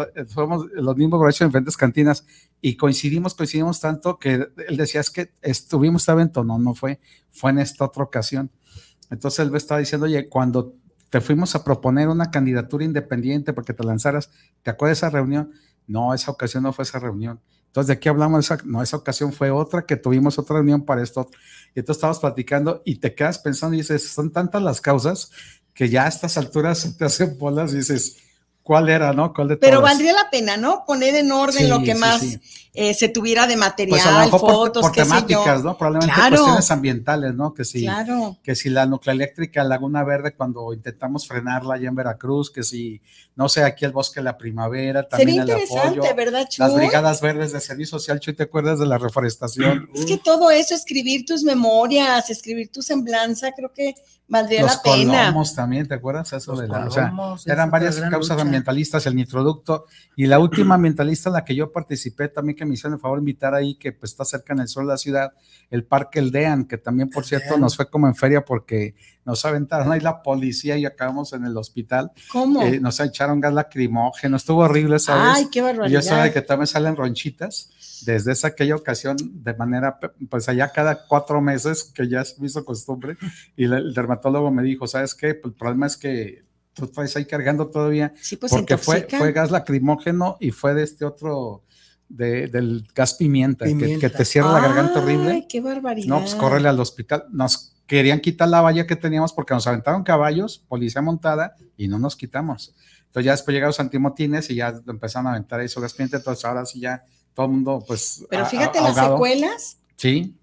mismos borrachos en diferentes cantinas, y coincidimos tanto que él decía, es que estuvimos este evento, no fue en esta otra ocasión. Entonces él me estaba diciendo, oye, cuando te fuimos a proponer una candidatura independiente porque te lanzaras, ¿te acuerdas de esa reunión? No, esa ocasión no fue esa reunión. Entonces, ¿de qué hablamos? Esa ocasión fue otra, que tuvimos otra reunión para esto. Y entonces estábamos platicando y te quedas pensando y dices, son tantas las causas que ya a estas alturas te hacen bolas y dices, ¿cuál era, no? ¿Cuál de todas? Pero valdría la pena, ¿no? Poner en orden lo que más se tuviera de material, pues a lo mejor fotos, por temáticas, ¿no? Probablemente cuestiones ambientales, ¿no? Que si la nucleoeléctrica Laguna Verde, cuando intentamos frenarla allá en Veracruz, que si, no sé, aquí el Bosque de la Primavera, también sería interesante, apoyo, ¿verdad, Chuy? Las brigadas verdes de servicio social, Chuy, ¿te acuerdas de la reforestación? Es que todo eso, escribir tus memorias, escribir tu semblanza, creo que valdría la pena. Los colomos también, ¿te acuerdas? Eso de o sea, eran varias causas ambientalistas, el nitroducto, y la última ambientalista en la que yo participé también, que me hicieron el favor de invitar ahí, que pues está cerca en el sur de la ciudad, el Parque El Dean, que también, por cierto, nos fue como en feria porque nos aventaron ahí la policía y acabamos en el hospital. ¿Cómo? Nos echaron gas lacrimógeno, estuvo horrible esa vez. Ay, qué barbaridad. Y yo sabía que también salen ronchitas. Desde aquella ocasión, de manera, pues allá cada 4 meses, que ya se me hizo costumbre, y el dermatólogo me dijo, ¿sabes qué? Pues el problema es que tú estás ahí cargando todavía, sí, pues porque fue gas lacrimógeno y fue de este otro, del gas pimienta. Que te cierra la garganta horrible. Ay, qué barbaridad. No, pues córrele al hospital. Nos querían quitar la valla que teníamos porque nos aventaron caballos, policía montada, y no nos quitamos. Entonces ya después llegaron los antimotines y ya empezaron a aventar eso gas pimienta, entonces ahora sí ya todo el mundo, pues, pero fíjate ahogado. Las secuelas. Sí.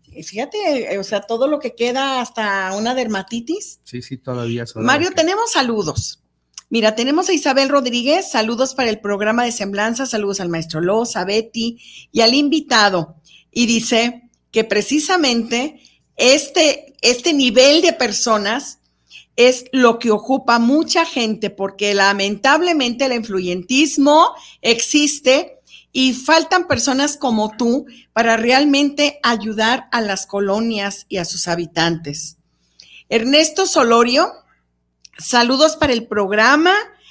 Fíjate, o sea, todo lo que queda hasta una dermatitis. Sí, todavía. Mario, tenemos saludos. Mira, tenemos a Isabel Rodríguez, saludos para el programa de Semblanza, saludos al maestro Loz, a Betty y al invitado. Y dice que precisamente este nivel de personas es lo que ocupa mucha gente, porque lamentablemente el influyentismo existe y faltan personas como tú para realmente ayudar a las colonias y a sus habitantes. Ernesto Solorio, saludos para el programa,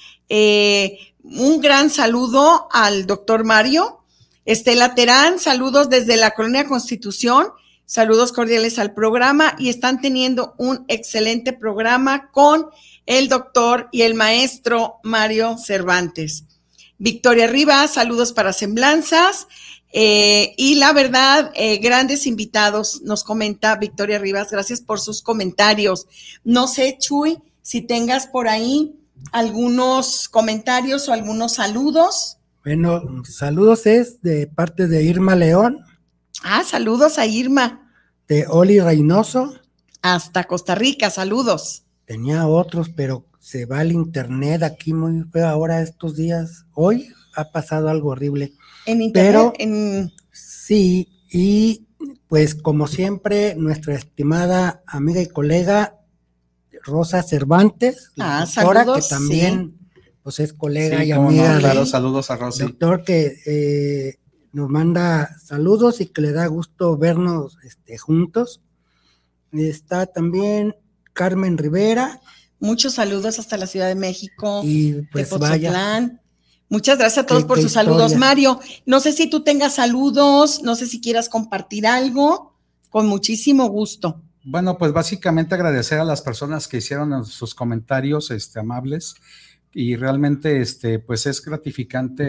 un gran saludo al doctor Mario. Estela Terán, saludos desde la Colonia Constitución, saludos cordiales al programa y están teniendo un excelente programa con el doctor y el maestro Mario Cervantes. Victoria Rivas, saludos para Semblanzas. Y la verdad, grandes invitados, nos comenta Victoria Rivas, gracias por sus comentarios. No sé, Chuy, si tengas por ahí algunos comentarios o algunos saludos. Bueno, saludos es de parte de Irma León. Saludos a Irma. De Oli Reynoso. Hasta Costa Rica, saludos. Tenía otros, pero se va el internet aquí muy feo ahora estos días. Hoy ha pasado algo horrible. En internet, pero, sí, y pues como siempre, nuestra estimada amiga y colega Rosa Cervantes, la doctora, saludos, que también pues es colega y cómo amiga. No, claro, saludos a Rosy. Doctor que nos manda saludos y que le da gusto vernos juntos. Está también Carmen Rivera. Muchos saludos hasta la Ciudad de México. Y pues vaya. Muchas gracias a todos por sus saludos. Mario, no sé si tú tengas saludos, no sé si quieras compartir algo, con muchísimo gusto. Bueno, pues básicamente agradecer a las personas que hicieron sus comentarios amables y realmente pues es gratificante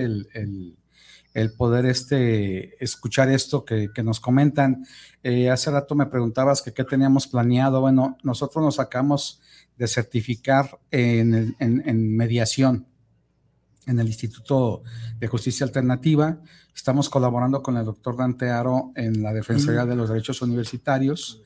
el poder escuchar esto que nos comentan. Hace rato me preguntabas que qué teníamos planeado. Bueno, nosotros nos acabamos de certificar en mediación en el Instituto de Justicia Alternativa. Estamos colaborando con el doctor Dante Aro en la Defensoría de los Derechos Universitarios,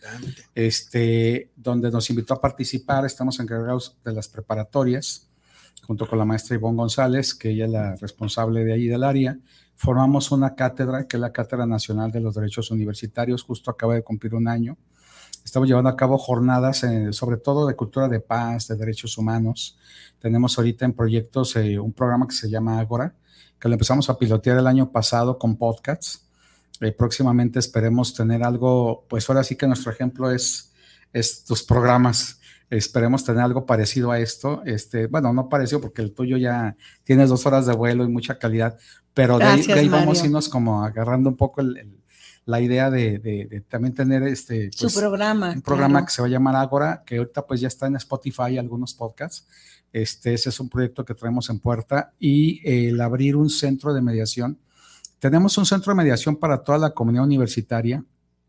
donde nos invitó a participar. Estamos encargados de las preparatorias, junto con la maestra Ivonne González, que ella es la responsable de ahí del área. Formamos una cátedra, que es la Cátedra Nacional de los Derechos Universitarios, justo acaba de cumplir un año. Estamos llevando a cabo jornadas, sobre todo de cultura de paz, de derechos humanos. Tenemos ahorita en proyectos un programa que se llama Ágora, que lo empezamos a pilotear el año pasado con podcasts. Próximamente esperemos tener algo, pues ahora sí que nuestro ejemplo es tus programas. Esperemos tener algo parecido a esto. Bueno, no parecido porque el tuyo ya tienes 2 horas de vuelo y mucha calidad, pero gracias, de ahí vamos a irnos como agarrando un poco la idea de también tener pues, su programa. Un programa que se va a llamar Ágora, que ahorita pues ya está en Spotify, algunos podcasts. Ese es un proyecto que traemos en puerta, y el abrir un centro de mediación. Tenemos un centro de mediación para toda la comunidad universitaria,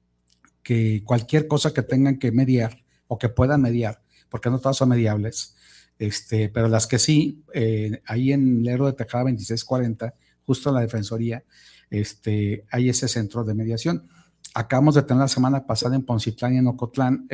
que cualquier cosa que tengan que mediar o que puedan mediar, porque no todas son mediables, pero las que sí, ahí en Lerdo de Tejada 2640, justo en la Defensoría, hay ese centro de mediación. Acabamos de tener la semana pasada en Poncitlán y en Ocotlán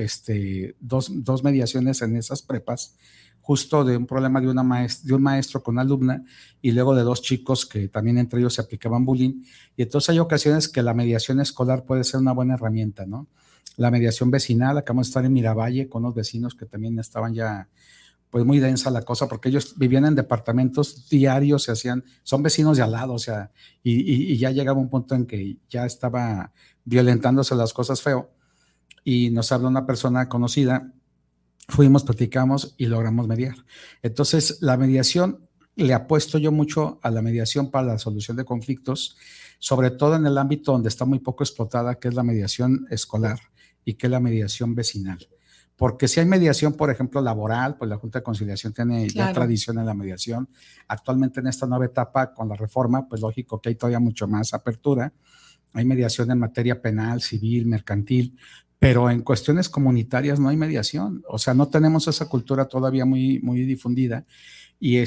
dos mediaciones en esas prepas, justo de un problema de un maestro con una alumna, y luego de 2 chicos que también entre ellos se aplicaban bullying. Y entonces hay ocasiones que la mediación escolar puede ser una buena herramienta, ¿no? La mediación vecinal, acabamos de estar en Miravalle con los vecinos que también estaban ya pues muy densa la cosa, porque ellos vivían en departamentos diarios, son vecinos de al lado, o sea, y ya llegaba un punto en que ya estaba violentándose las cosas feo, y nos habló una persona conocida, fuimos, platicamos y logramos mediar. Entonces, la mediación, le apuesto yo mucho a la mediación para la solución de conflictos, sobre todo en el ámbito donde está muy poco explotada, que es la mediación escolar y que es la mediación vecinal. Porque si hay mediación, por ejemplo, laboral, pues la Junta de Conciliación tiene ya tradición en la mediación. Actualmente en esta nueva etapa con la reforma, pues lógico que hay todavía mucho más apertura. Hay mediación en materia penal, civil, mercantil, pero en cuestiones comunitarias no hay mediación, o sea, no tenemos esa cultura todavía muy, muy difundida. Y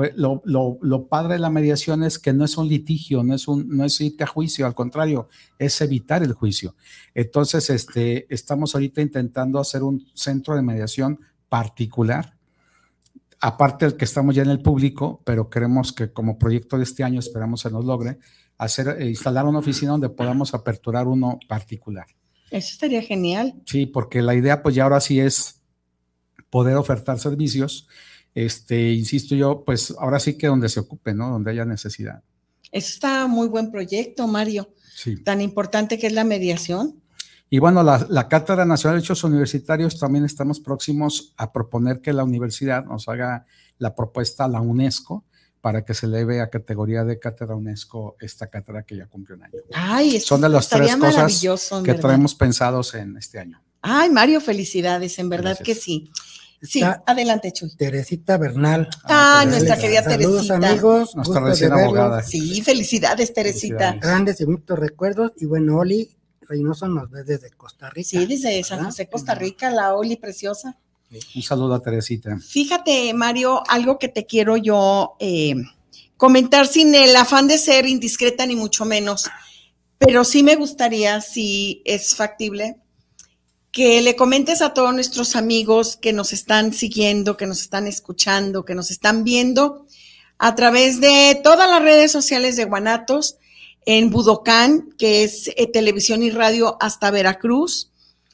lo padre de la mediación es que no es un litigio, no es irte a juicio, al contrario, es evitar el juicio. Entonces, estamos ahorita intentando hacer un centro de mediación particular, aparte del que estamos ya en el público, pero queremos que como proyecto de este año, esperamos se nos logre, instalar una oficina donde podamos aperturar uno particular. Eso estaría genial. Sí, porque la idea pues ya ahora sí es poder ofertar servicios. Insisto yo, pues ahora sí que donde se ocupe, ¿no? Donde haya necesidad. Eso está muy buen proyecto, Mario. Sí. Tan importante que es la mediación. Y bueno, la Cátedra Nacional de Hechos Universitarios también estamos próximos a proponer que la universidad nos haga la propuesta a la UNESCO para que se eleve a categoría de cátedra UNESCO esta cátedra que ya cumplió un año. Ay, son de las 3 cosas que traemos pensados en este año. Ay, Mario, felicidades, en verdad. Gracias. Que sí. Sí, adelante, Chuy. Teresita Bernal. Nuestra querida Saludos, Teresita. Amigos, nuestra recién abogada. Sí, felicidades, Teresita. Felicidades. Grandes y bonitos recuerdos. Y bueno, Oli Reynoso nos ve desde Costa Rica. Sí, desde San José, Costa Rica, la Oli preciosa. Un saludo a Teresita. Fíjate, Mario, algo que te quiero yo comentar sin el afán de ser indiscreta ni mucho menos, pero sí me gustaría, si es factible, que le comentes a todos nuestros amigos que nos están siguiendo, que nos están escuchando, que nos están viendo a través de todas las redes sociales de Guanatos, en Budokán, que es televisión y radio hasta Veracruz,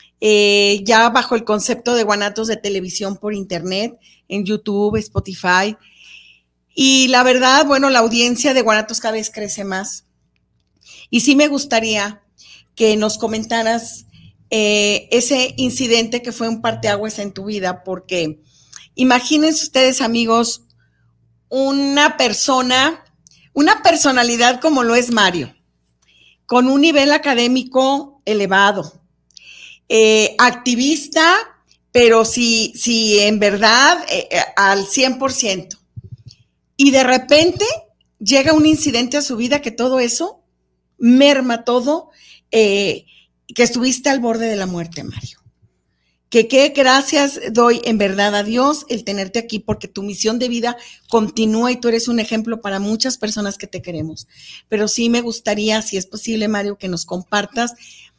ya bajo el concepto de Guanatos de televisión por internet, en YouTube, Spotify. Y la verdad, bueno, la audiencia de Guanatos cada vez crece más. Y sí me gustaría que nos comentaras ese incidente que fue un parteaguas en tu vida, porque imagínense ustedes, amigos, una personalidad como lo es Mario, con un nivel académico elevado, activista, pero sí en verdad al 100%. Y de repente llega un incidente a su vida que todo eso merma todo, que estuviste al borde de la muerte, Mario. Que qué gracias doy en verdad a Dios el tenerte aquí, porque tu misión de vida continúa y tú eres un ejemplo para muchas personas que te queremos. Pero sí me gustaría, si es posible, Mario, que nos compartas,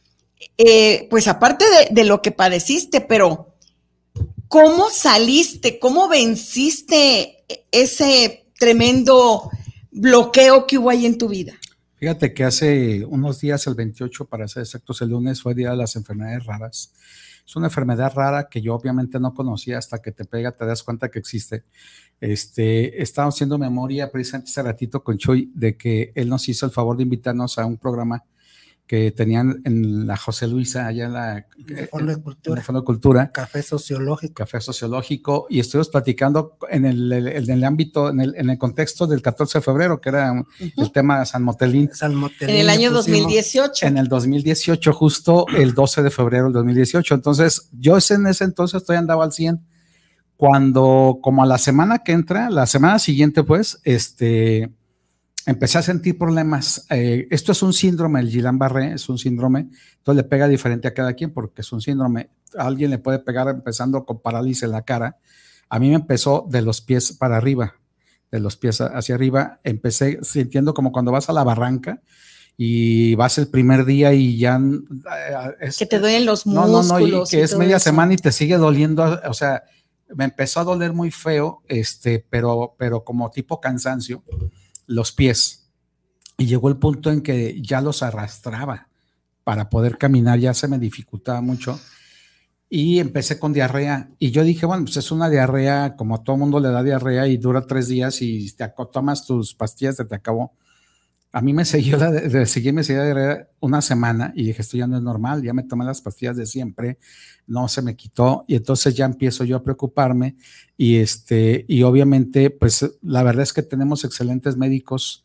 pues aparte de lo que padeciste, pero ¿cómo saliste? ¿Cómo venciste ese tremendo bloqueo que hubo ahí en tu vida? Fíjate que hace unos días, el 28, para ser exactos, el lunes, fue Día de las Enfermedades Raras. Es una enfermedad rara que yo obviamente no conocía, hasta que te pega, te das cuenta que existe. Estaba haciendo memoria precisamente hace ratito con Chuy de que él nos hizo el favor de invitarnos a un programa que tenían en la José Luisa, allá en el Fondo de Cultura. Café Sociológico. Y estuvimos platicando en el ámbito, en el contexto del 14 de febrero, que era el tema de San Motelín. En el año 2018. En el 2018, justo el 12 de febrero del 2018. Entonces, yo en ese entonces todavía andaba al 100. Cuando, como a la semana que entra, la semana siguiente, pues, empecé a sentir problemas. Esto es un síndrome, el Guillain-Barré es un síndrome, entonces le pega diferente a cada quien porque es un síndrome. A alguien le puede pegar empezando con parálisis en la cara. A mí me empezó de los pies para arriba, de los pies hacia arriba. Empecé sintiendo como cuando vas a la barranca y vas el primer día y ya... que te duelen los músculos. No, y que es media semana y te sigue doliendo, o sea, me empezó a doler muy feo, pero como tipo cansancio, los pies, y llegó el punto en que ya los arrastraba para poder caminar, ya se me dificultaba mucho y empecé con diarrea y yo dije, bueno, pues es una diarrea, como a todo mundo le da diarrea y dura 3 días y tomas tus pastillas, se te acabó. A mí me siguió la diarrea una semana y dije, esto ya no es normal, ya me tomé las pastillas de siempre, no se me quitó y entonces ya empiezo yo a preocuparme y obviamente pues la verdad es que tenemos excelentes médicos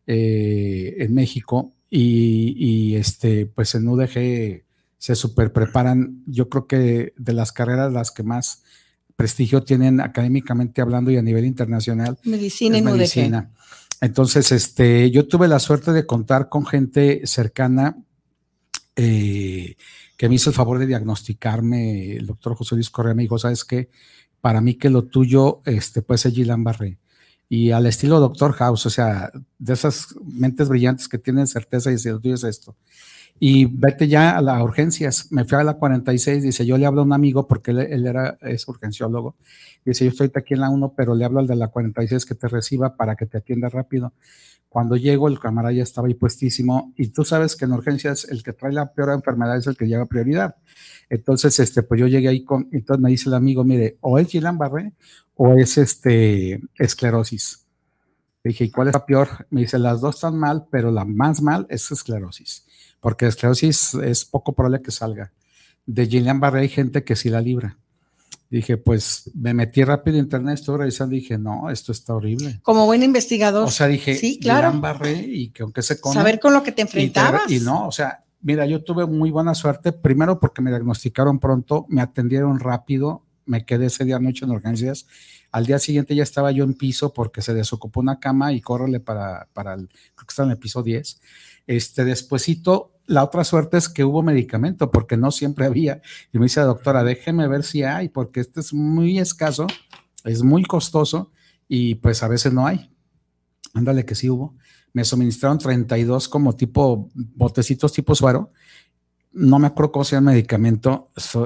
en México y pues en UDG se super preparan, yo creo que de las carreras las que más prestigio tienen académicamente hablando y a nivel internacional. Medicina y UDG. Entonces, yo tuve la suerte de contar con gente cercana que me hizo el favor de diagnosticarme, el doctor José Luis Correa me dijo, ¿sabes qué? Para mí que lo tuyo puede ser Guillain-Barré. Y al estilo Doctor House, o sea, de esas mentes brillantes que tienen certeza y dicen, lo tuyo es esto. Y vete ya a las urgencias. Me fui a la 46, dice, yo le hablo a un amigo porque él es urgenciólogo. Dice, yo estoy aquí en la 1, pero le hablo al de la 46 que te reciba para que te atienda rápido. Cuando llego, el camarada ya estaba ahí puestísimo. Y tú sabes que en urgencias el que trae la peor enfermedad es el que lleva prioridad. Entonces, pues yo llegué ahí entonces me dice el amigo, mire, o es Guillain-Barré o es esclerosis. Le dije, ¿y cuál es la peor? Me dice, las dos están mal, pero la más mal es esclerosis, porque esclerosis es poco probable que salga. De Guillain-Barré hay gente que sí la libra. Dije, pues me metí rápido en internet, estuve revisando y dije, no, esto está horrible. Como buen investigador. O sea, dije, sí, claro. Guillain-Barré y que aunque se come. Saber con lo que te enfrentabas. Y no, o sea, mira, yo tuve muy buena suerte, primero porque me diagnosticaron pronto, me atendieron rápido, me quedé ese día noche en urgencias. Al día siguiente ya estaba yo en piso porque se desocupó una cama y córrele para creo que está en el piso 10. Despuesito, la otra suerte es que hubo medicamento porque no siempre había. Y me dice la doctora, déjeme ver si hay, porque es muy escaso, es muy costoso y pues a veces no hay. Ándale que sí hubo. Me suministraron 32 como tipo botecitos tipo suero. No me acuerdo cómo se llama el medicamento,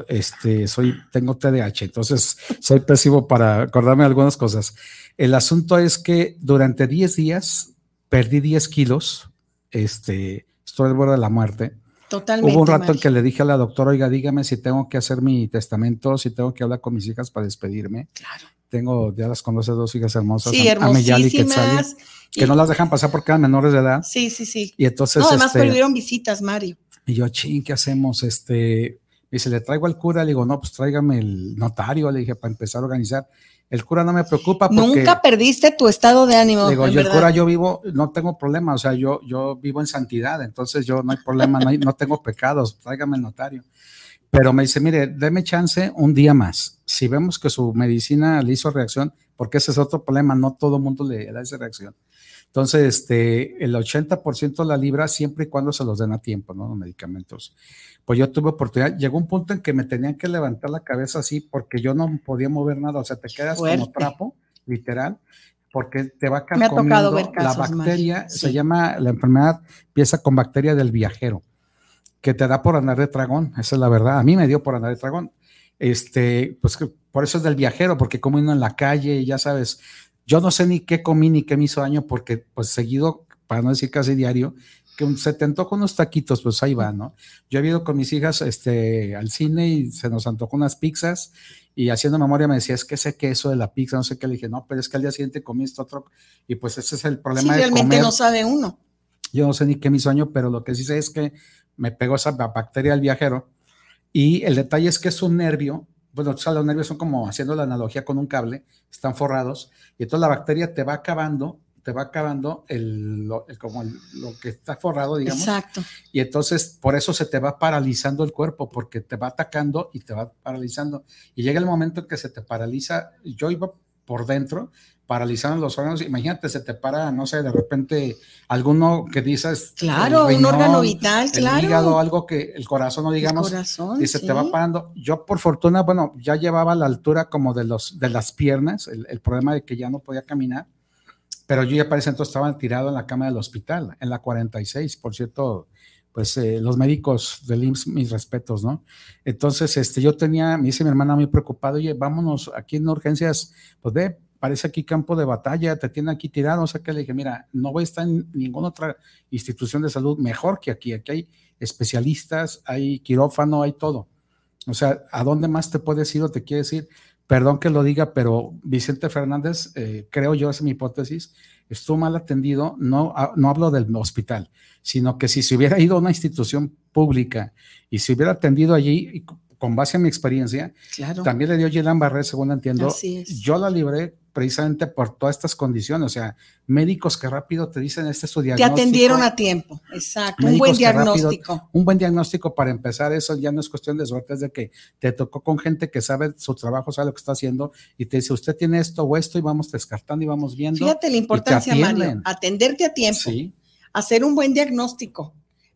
tengo TDAH, entonces soy pésimo para acordarme de algunas cosas. El asunto es que durante 10 días perdí 10 kilos, estoy al borde de la muerte. Totalmente. Hubo un rato en que le dije a la doctora, oiga, dígame si tengo que hacer mi testamento, si tengo que hablar con mis hijas para despedirme. Claro. Tengo, ya las conoces, 2 hijas hermosas, sí, Ameyali y Quetzali, que no las dejan pasar porque eran menores de edad. Sí, sí, sí. Y entonces, no, además prohibieron visitas, Mario. Y yo, ching, ¿qué hacemos? Dice, ¿le traigo al cura? Le digo, no, pues tráigame el notario, le dije, para empezar a organizar. El cura no me preocupa porque... Nunca perdiste tu estado de ánimo. Le digo, yo el cura, yo vivo, no tengo problema, o sea, yo vivo en santidad, entonces yo no hay problema, no tengo pecados, tráigame el notario. Pero me dice, mire, deme chance un día más. Si vemos que su medicina le hizo reacción, porque ese es otro problema, no todo el mundo le da esa reacción. Entonces, el 80% la libra siempre y cuando se los den a tiempo, ¿no? Los medicamentos. Pues yo tuve oportunidad, llegó un punto en que me tenían que levantar la cabeza así porque yo no podía mover nada, o sea, te quedas como trapo, literal, porque te va carcomiendo la bacteria, sí. Se llama, la enfermedad empieza con bacteria del viajero, que te da por andar de tragón, esa es la verdad, a mí me dio por andar de tragón, pues por eso es del viajero, porque como uno en la calle, ya sabes, yo no sé ni qué comí ni qué me hizo daño, porque pues seguido, para no decir casi diario, que se te antojó unos taquitos, pues ahí va, ¿no? Yo he ido con mis hijas al cine y se nos antojó unas pizzas y haciendo memoria me decía, es que sé que eso de la pizza, no sé qué, le dije, no, pero es que al día siguiente comí esto otro, y pues ese es el problema de realmente comer. No sabe uno. Yo no sé ni qué me hizo daño, pero lo que sí sé es que me pegó esa bacteria del viajero y el detalle es que es un nervio. Bueno, o sea, los nervios son como haciendo la analogía con un cable, están forrados, y entonces la bacteria te va acabando lo que está forrado, digamos. Exacto. Y entonces por eso se te va paralizando el cuerpo, porque te va atacando y te va paralizando. Y llega el momento en que se te paraliza. Yo iba por dentro, paralizaron los órganos. Imagínate, se te para, no sé, de repente alguno que dices. Claro, riñón, un órgano vital, claro. El hígado, algo que el corazón, no digamos. El corazón, dice, sí. Te va parando. Yo, por fortuna, bueno, ya llevaba la altura como de las piernas, el problema de que ya no podía caminar. Pero yo ya para ese entonces estaba tirado en la cama del hospital, en la 46, por cierto, pues los médicos del IMSS, mis respetos, ¿no? Entonces, me dice mi hermana muy preocupada, oye, vámonos aquí en urgencias, pues ve, parece aquí campo de batalla, te tienen aquí tirado, o sea que le dije, mira, no voy a estar en ninguna otra institución de salud mejor que aquí hay especialistas, hay quirófano, hay todo. O sea, ¿a dónde más te puedes ir o te quieres ir? Perdón que lo diga, pero Vicente Fernández, creo yo, esa es mi hipótesis, estuvo mal atendido, no hablo del hospital, sino que si se hubiera ido a una institución pública y se hubiera atendido allí, con base en mi experiencia, claro. También le dio Guillain-Barré, según entiendo. Así es. Yo la libré precisamente por todas estas condiciones, o sea, médicos que rápido te dicen este es su diagnóstico. Te atendieron a tiempo, exacto, un buen diagnóstico. Rápido, un buen diagnóstico para empezar, eso ya no es cuestión de suerte, es de que te tocó con gente que sabe su trabajo, sabe lo que está haciendo y te dice, usted tiene esto o esto y vamos descartando y vamos viendo. Fíjate la importancia, Mario, atenderte a tiempo, sí. Hacer un buen diagnóstico,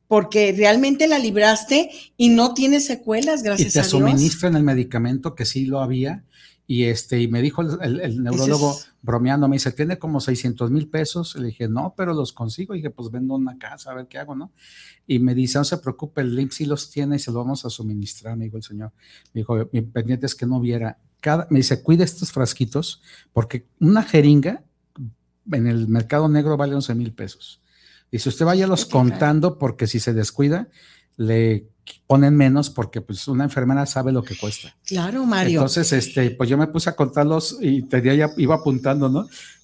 porque realmente la libraste y no tienes secuelas, gracias a Dios. Y te suministran el medicamento, que sí lo había, y me dijo el neurólogo bromeando, me dice, tiene como 600,000 pesos. Le dije, no, pero los consigo. Y dije, pues vendo una casa, a ver qué hago, ¿no? Y me dice, no se preocupe, el IMSS sí los tiene y se los vamos a suministrar, me dijo el señor. Me dijo, mi pendiente es que no viera. Me dice, cuide estos frasquitos, porque una jeringa en el mercado negro vale 11,000 pesos. Dice, usted váyalos contando, porque si se descuida, le ponen menos, porque pues una enfermera sabe lo que cuesta. Claro, Mario. Entonces, pues yo me puse a contarlos y ya iba apuntando, ¿no?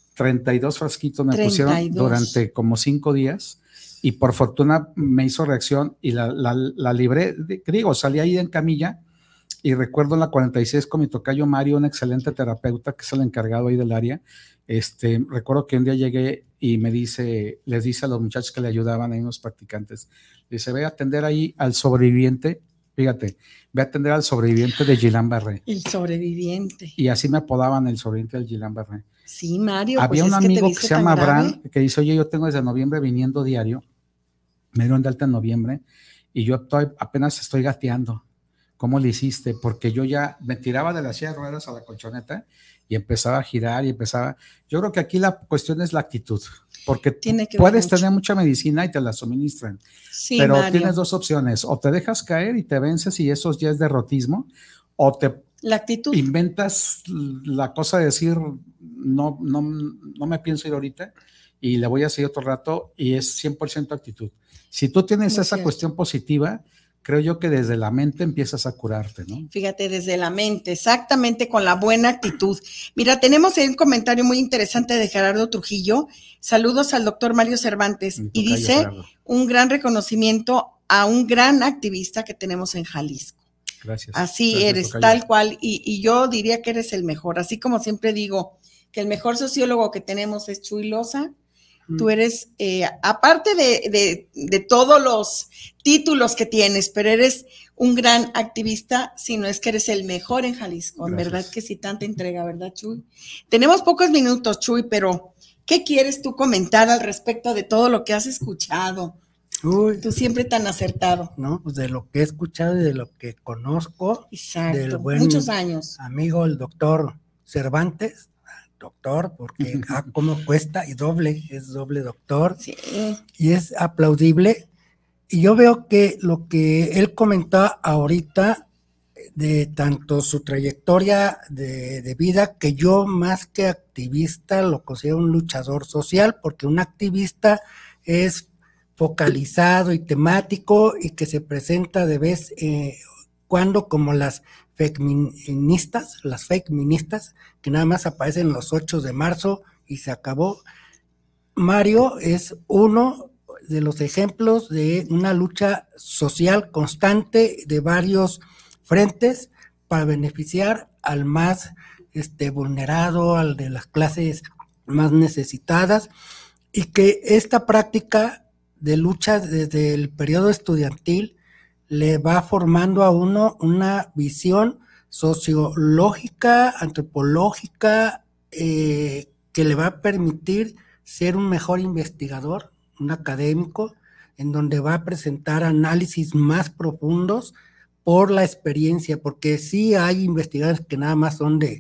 32 frasquitos me pusieron durante como 5 días, y por fortuna me hizo reacción y la libré. Digo, salí ahí en camilla, y recuerdo en la 46 con mi tocayo Mario, un excelente terapeuta que es el encargado ahí del área. Recuerdo que un día llegué y les dice a los muchachos que le ayudaban, ahí unos practicantes, dice, ve a atender ahí al sobreviviente, fíjate, ve a atender al sobreviviente de Guillain-Barré. El sobreviviente. Y así me apodaban, el sobreviviente del Guillain-Barré. Sí, Mario. Había un amigo que se llama Abraham, que dice, oye, yo tengo desde noviembre viniendo diario, me dieron de alta en noviembre, y yo apenas estoy gateando. ¿Cómo le hiciste? Porque yo ya me tiraba de la silla de ruedas a la colchoneta y empezaba a girar yo creo que aquí la cuestión es la actitud, porque puedes tener mucha medicina y te la suministran, sí, pero Mario, tienes dos opciones, o te dejas caer y te vences y eso ya es derrotismo, o la actitud, inventas la cosa de decir, no me pienso ir ahorita y le voy a seguir otro rato, y es 100% actitud. Si tú tienes esa cuestión positiva, creo yo que desde la mente empiezas a curarte, ¿no? Fíjate, desde la mente, exactamente, con la buena actitud. Mira, tenemos un comentario muy interesante de Gerardo Trujillo. Saludos al doctor Mario Cervantes. Y dice, Gerardo, un gran reconocimiento a un gran activista que tenemos en Jalisco. Gracias. Así gracias, eres, tocayo. tal cual. Y yo diría que eres el mejor. Así como siempre digo que el mejor sociólogo que tenemos es Chuy Loza. Tú eres, aparte de todos los títulos que tienes, pero eres un gran activista, si no es que eres el mejor en Jalisco. Gracias. En verdad que sí, tanta entrega, ¿verdad, Chuy? Tenemos pocos minutos, Chuy, pero ¿qué quieres tú comentar al respecto de todo lo que has escuchado? Uy, tú siempre tan acertado. No, pues de lo que he escuchado y de lo que conozco. Exacto, del buen muchos años. Amigo, el doctor Cervantes. Doctor, porque cómo cuesta, y es doble doctor, sí. Y es aplaudible, y yo veo que lo que él comentaba ahorita, de tanto su trayectoria de vida, que yo más que activista lo considero un luchador social, porque un activista es focalizado y temático, y que se presenta de vez cuando como las fake ministas, que nada más aparecen los 8 de marzo y se acabó. Mario es uno de los ejemplos de una lucha social constante de varios frentes para beneficiar al más vulnerado, al de las clases más necesitadas, y que esta práctica de lucha desde el periodo estudiantil le va formando a uno una visión sociológica, antropológica, que le va a permitir ser un mejor investigador, un académico, en donde va a presentar análisis más profundos por la experiencia, porque sí hay investigadores que nada más son de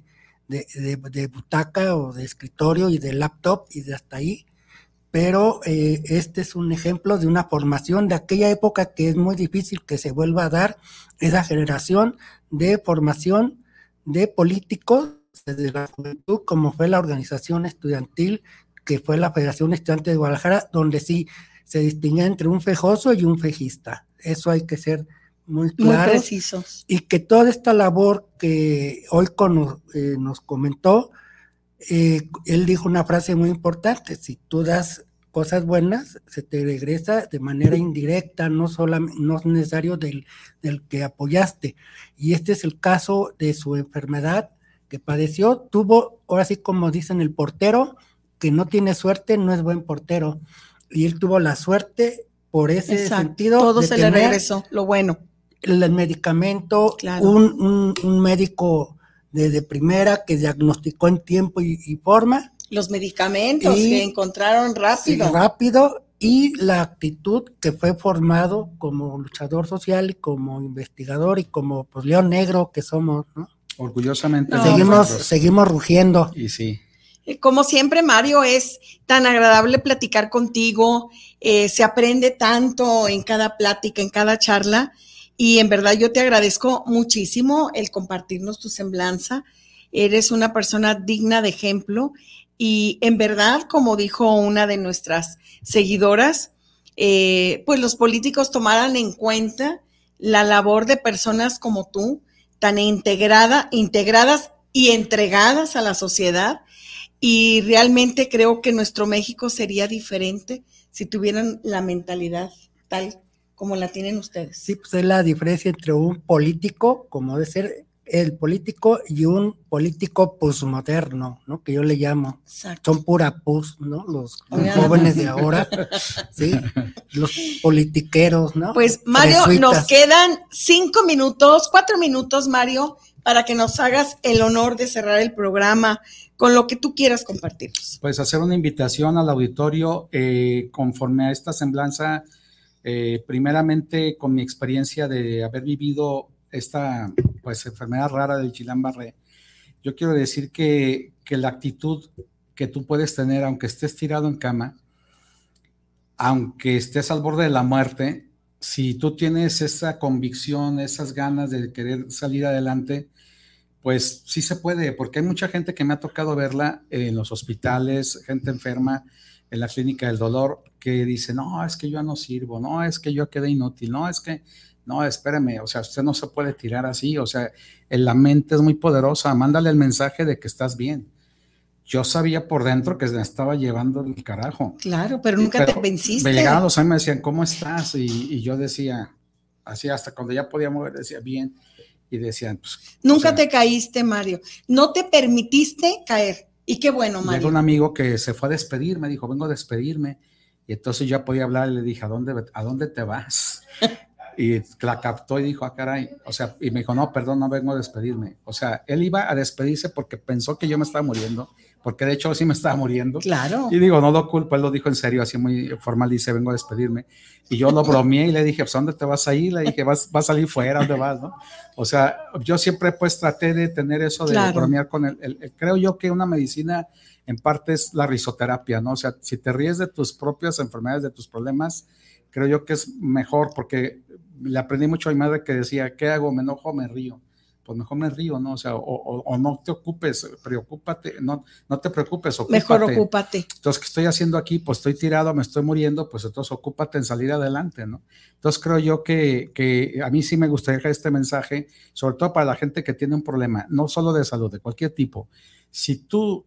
butaca o de escritorio y de laptop y de hasta ahí, pero este es un ejemplo de una formación de aquella época que es muy difícil que se vuelva a dar, esa generación de formación de políticos desde la juventud, como fue la organización estudiantil, que fue la Federación Estudiante de Guadalajara, donde sí se distingue entre un fejoso y un fejista. Eso hay que ser muy claro. Muy precisos. Y que toda esta labor que hoy nos comentó, él dijo una frase muy importante: si tú das cosas buenas, se te regresa de manera indirecta, no es necesario del que apoyaste. Y este es el caso de su enfermedad que padeció. Tuvo, ahora sí como dicen, el portero que no tiene suerte no es buen portero, y él tuvo la suerte por ese sentido. Todo se le regresó, lo bueno. El medicamento, claro. un médico de primera que diagnosticó en tiempo y forma. Los medicamentos que encontraron rápido. Sí, rápido, y la actitud que fue formado como luchador social y como investigador y como pues león negro que somos, ¿no? Orgullosamente. Seguimos rugiendo. Y sí. Como siempre, Mario, es tan agradable platicar contigo, se aprende tanto en cada plática, en cada charla, y en verdad yo te agradezco muchísimo el compartirnos tu semblanza. Eres una persona digna de ejemplo y en verdad, como dijo una de nuestras seguidoras, pues los políticos tomaran en cuenta la labor de personas como tú, tan integradas y entregadas a la sociedad. Y realmente creo que nuestro México sería diferente si tuvieran la mentalidad tal como la tienen ustedes. Sí, pues es la diferencia entre un político, como debe ser el político, y un político posmoderno, ¿no? Que yo le llamo. Exacto. Son pura pus, ¿no? Los jóvenes de ahora, ¿sí? Los politiqueros, ¿no? Pues Mario, Fresuitas. nos quedan 4 minutos, Mario, para que nos hagas el honor de cerrar el programa con lo que tú quieras compartirnos. Pues hacer una invitación al auditorio conforme a esta semblanza, primeramente con mi experiencia de haber vivido esta pues enfermedad rara del Guillain-Barré. Yo quiero decir que la actitud que tú puedes tener, aunque estés tirado en cama, aunque estés al borde de la muerte, si tú tienes esa convicción, esas ganas de querer salir adelante, pues sí se puede, porque hay mucha gente que me ha tocado verla en los hospitales, gente enferma en la clínica del dolor, que dice, no, es que yo no sirvo, no, es que yo quedé inútil, no, es que, no, espérame, o sea, usted no se puede tirar así, o sea, la mente es muy poderosa, mándale el mensaje de que estás bien. Yo sabía por dentro que me estaba llevando el carajo. Claro, pero nunca te venciste. Me llegaban los años y me decían, ¿cómo estás? Y yo decía, así hasta cuando ya podía mover, decía, bien. Y decían, pues. Nunca te caíste, Mario. No te permitiste caer. Y qué bueno, Mario. Llegó un amigo que se fue a despedir, me dijo, vengo a despedirme. Y entonces ya podía hablar y le dije, ¿a dónde te vas? Y la captó y dijo, ah, caray. O sea, y me dijo, no, perdón, no vengo a despedirme. O sea, él iba a despedirse porque pensó que yo me estaba muriendo, porque de hecho sí me estaba muriendo. Claro. Y digo, no lo culpo, él lo dijo en serio, así muy formal, dice, vengo a despedirme. Y yo lo bromeé y le dije, pues, ¿a dónde te vas a ir? Le dije, vas a salir fuera, ¿dónde vas? ¿No? O sea, yo siempre pues traté de tener eso de bromear con él. Creo yo que una medicina en parte es la risoterapia, ¿no? O sea, si te ríes de tus propias enfermedades, de tus problemas, creo yo que es mejor, porque le aprendí mucho a mi madre que decía, ¿qué hago? ¿Me enojo o me río? Pues mejor me río, ¿no? O sea, o no te ocupes, preocúpate, no te preocupes, ocúpate. Mejor ocúpate. Entonces, ¿qué estoy haciendo aquí? Pues estoy tirado, me estoy muriendo, pues entonces ocúpate en salir adelante, ¿no? Entonces creo yo que a mí sí me gustaría dejar este mensaje, sobre todo para la gente que tiene un problema, no solo de salud, de cualquier tipo. Si tu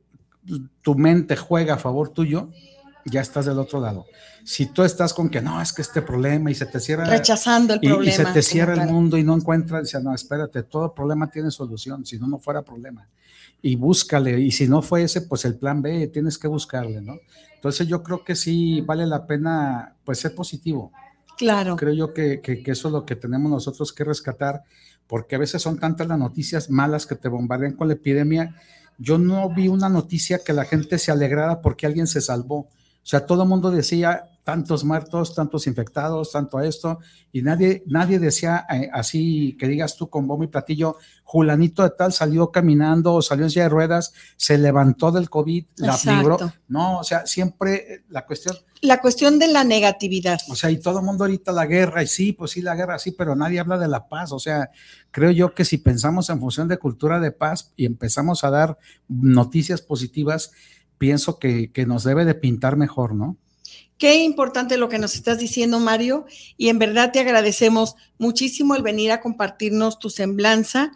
mente juega a favor tuyo, ya estás del otro lado. Si tú estás con que no, es que este problema y se te cierra. Rechazando el problema. Y se te cierra el mundo y no encuentras, dice, no, espérate, todo problema tiene solución, si no, no fuera problema. Y búscale, y si no fue ese, pues el plan B, tienes que buscarle, ¿no? Entonces yo creo que sí vale la pena, pues ser positivo. Claro. Creo yo que eso es lo que tenemos nosotros que rescatar, porque a veces son tantas las noticias malas que te bombardean con la epidemia. Yo no vi una noticia que la gente se alegrara porque alguien se salvó. O sea, todo el mundo decía tantos muertos, tantos infectados, tanto esto, y nadie decía así que digas tú con bombo y platillo, Julanito de tal salió caminando o salió en silla de ruedas, se levantó del COVID, la libró. No, o sea, siempre la cuestión de la negatividad. O sea, y todo el mundo ahorita la guerra, y sí, pues sí, la guerra, sí, pero nadie habla de la paz. O sea, creo yo que si pensamos en función de cultura de paz y empezamos a dar noticias positivas, pienso que nos debe de pintar mejor, ¿no? Qué importante lo que nos estás diciendo, Mario, y en verdad te agradecemos muchísimo el venir a compartirnos tu semblanza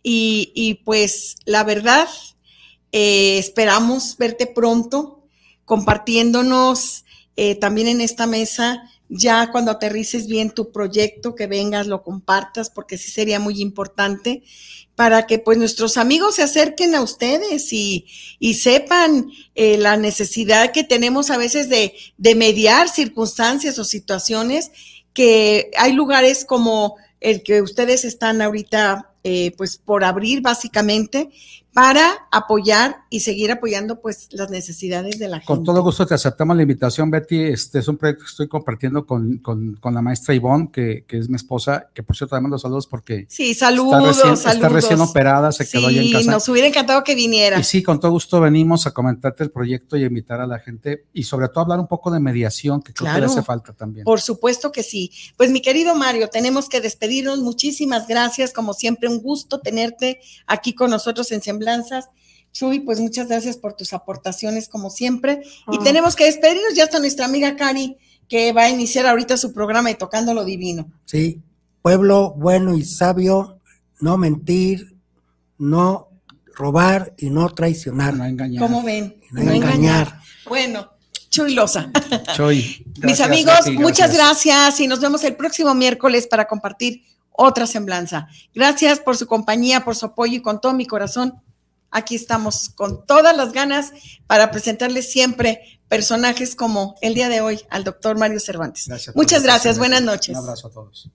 y pues la verdad esperamos verte pronto compartiéndonos también en esta mesa, ya cuando aterrices bien tu proyecto, que vengas, lo compartas, porque sí sería muy importante para que pues nuestros amigos se acerquen a ustedes y sepan la necesidad que tenemos a veces de mediar circunstancias o situaciones, que hay lugares como el que ustedes están ahorita pues por abrir básicamente, para apoyar y seguir apoyando pues las necesidades de la gente. Con todo gusto te aceptamos la invitación, Betty. Este es un proyecto que estoy compartiendo con la maestra Ivonne, que es mi esposa, que por cierto te mando saludos porque sí, saludos. Está recién operada, se quedó allá en casa. Sí, nos hubiera encantado que viniera. Y sí, con todo gusto venimos a comentarte el proyecto y a invitar a la gente y sobre todo hablar un poco de mediación, que creo que le hace falta también. Por supuesto que sí. Pues mi querido Mario, tenemos que despedirnos. Muchísimas gracias, como siempre, un gusto tenerte aquí con nosotros en Semblanzas. Chuy, pues muchas gracias por tus aportaciones como siempre. Y tenemos que despedirnos, ya está nuestra amiga Cari, que va a iniciar ahorita su programa de Tocando lo Divino. Sí, pueblo bueno y sabio, no mentir, no robar y no traicionar. No engañar. ¿Cómo ven? No engañar. Bueno, Chuy Loza. Chuy. Mis amigos, muchas gracias y nos vemos el próximo miércoles para compartir otra semblanza. Gracias por su compañía, por su apoyo y con todo mi corazón. Aquí estamos con todas las ganas para presentarles siempre personajes como el día de hoy al doctor Mario Cervantes. Muchas gracias, buenas noches. Un abrazo a todos.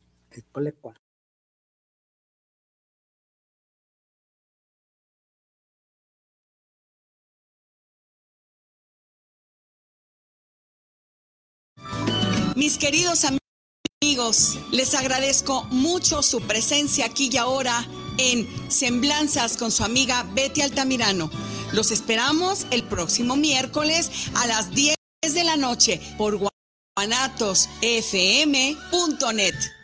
Mis queridos amigos, les agradezco mucho su presencia aquí y ahora en Semblanzas con su amiga Betty Altamirano. Los esperamos el próximo miércoles a las 10 de la noche por guanatosfm.net.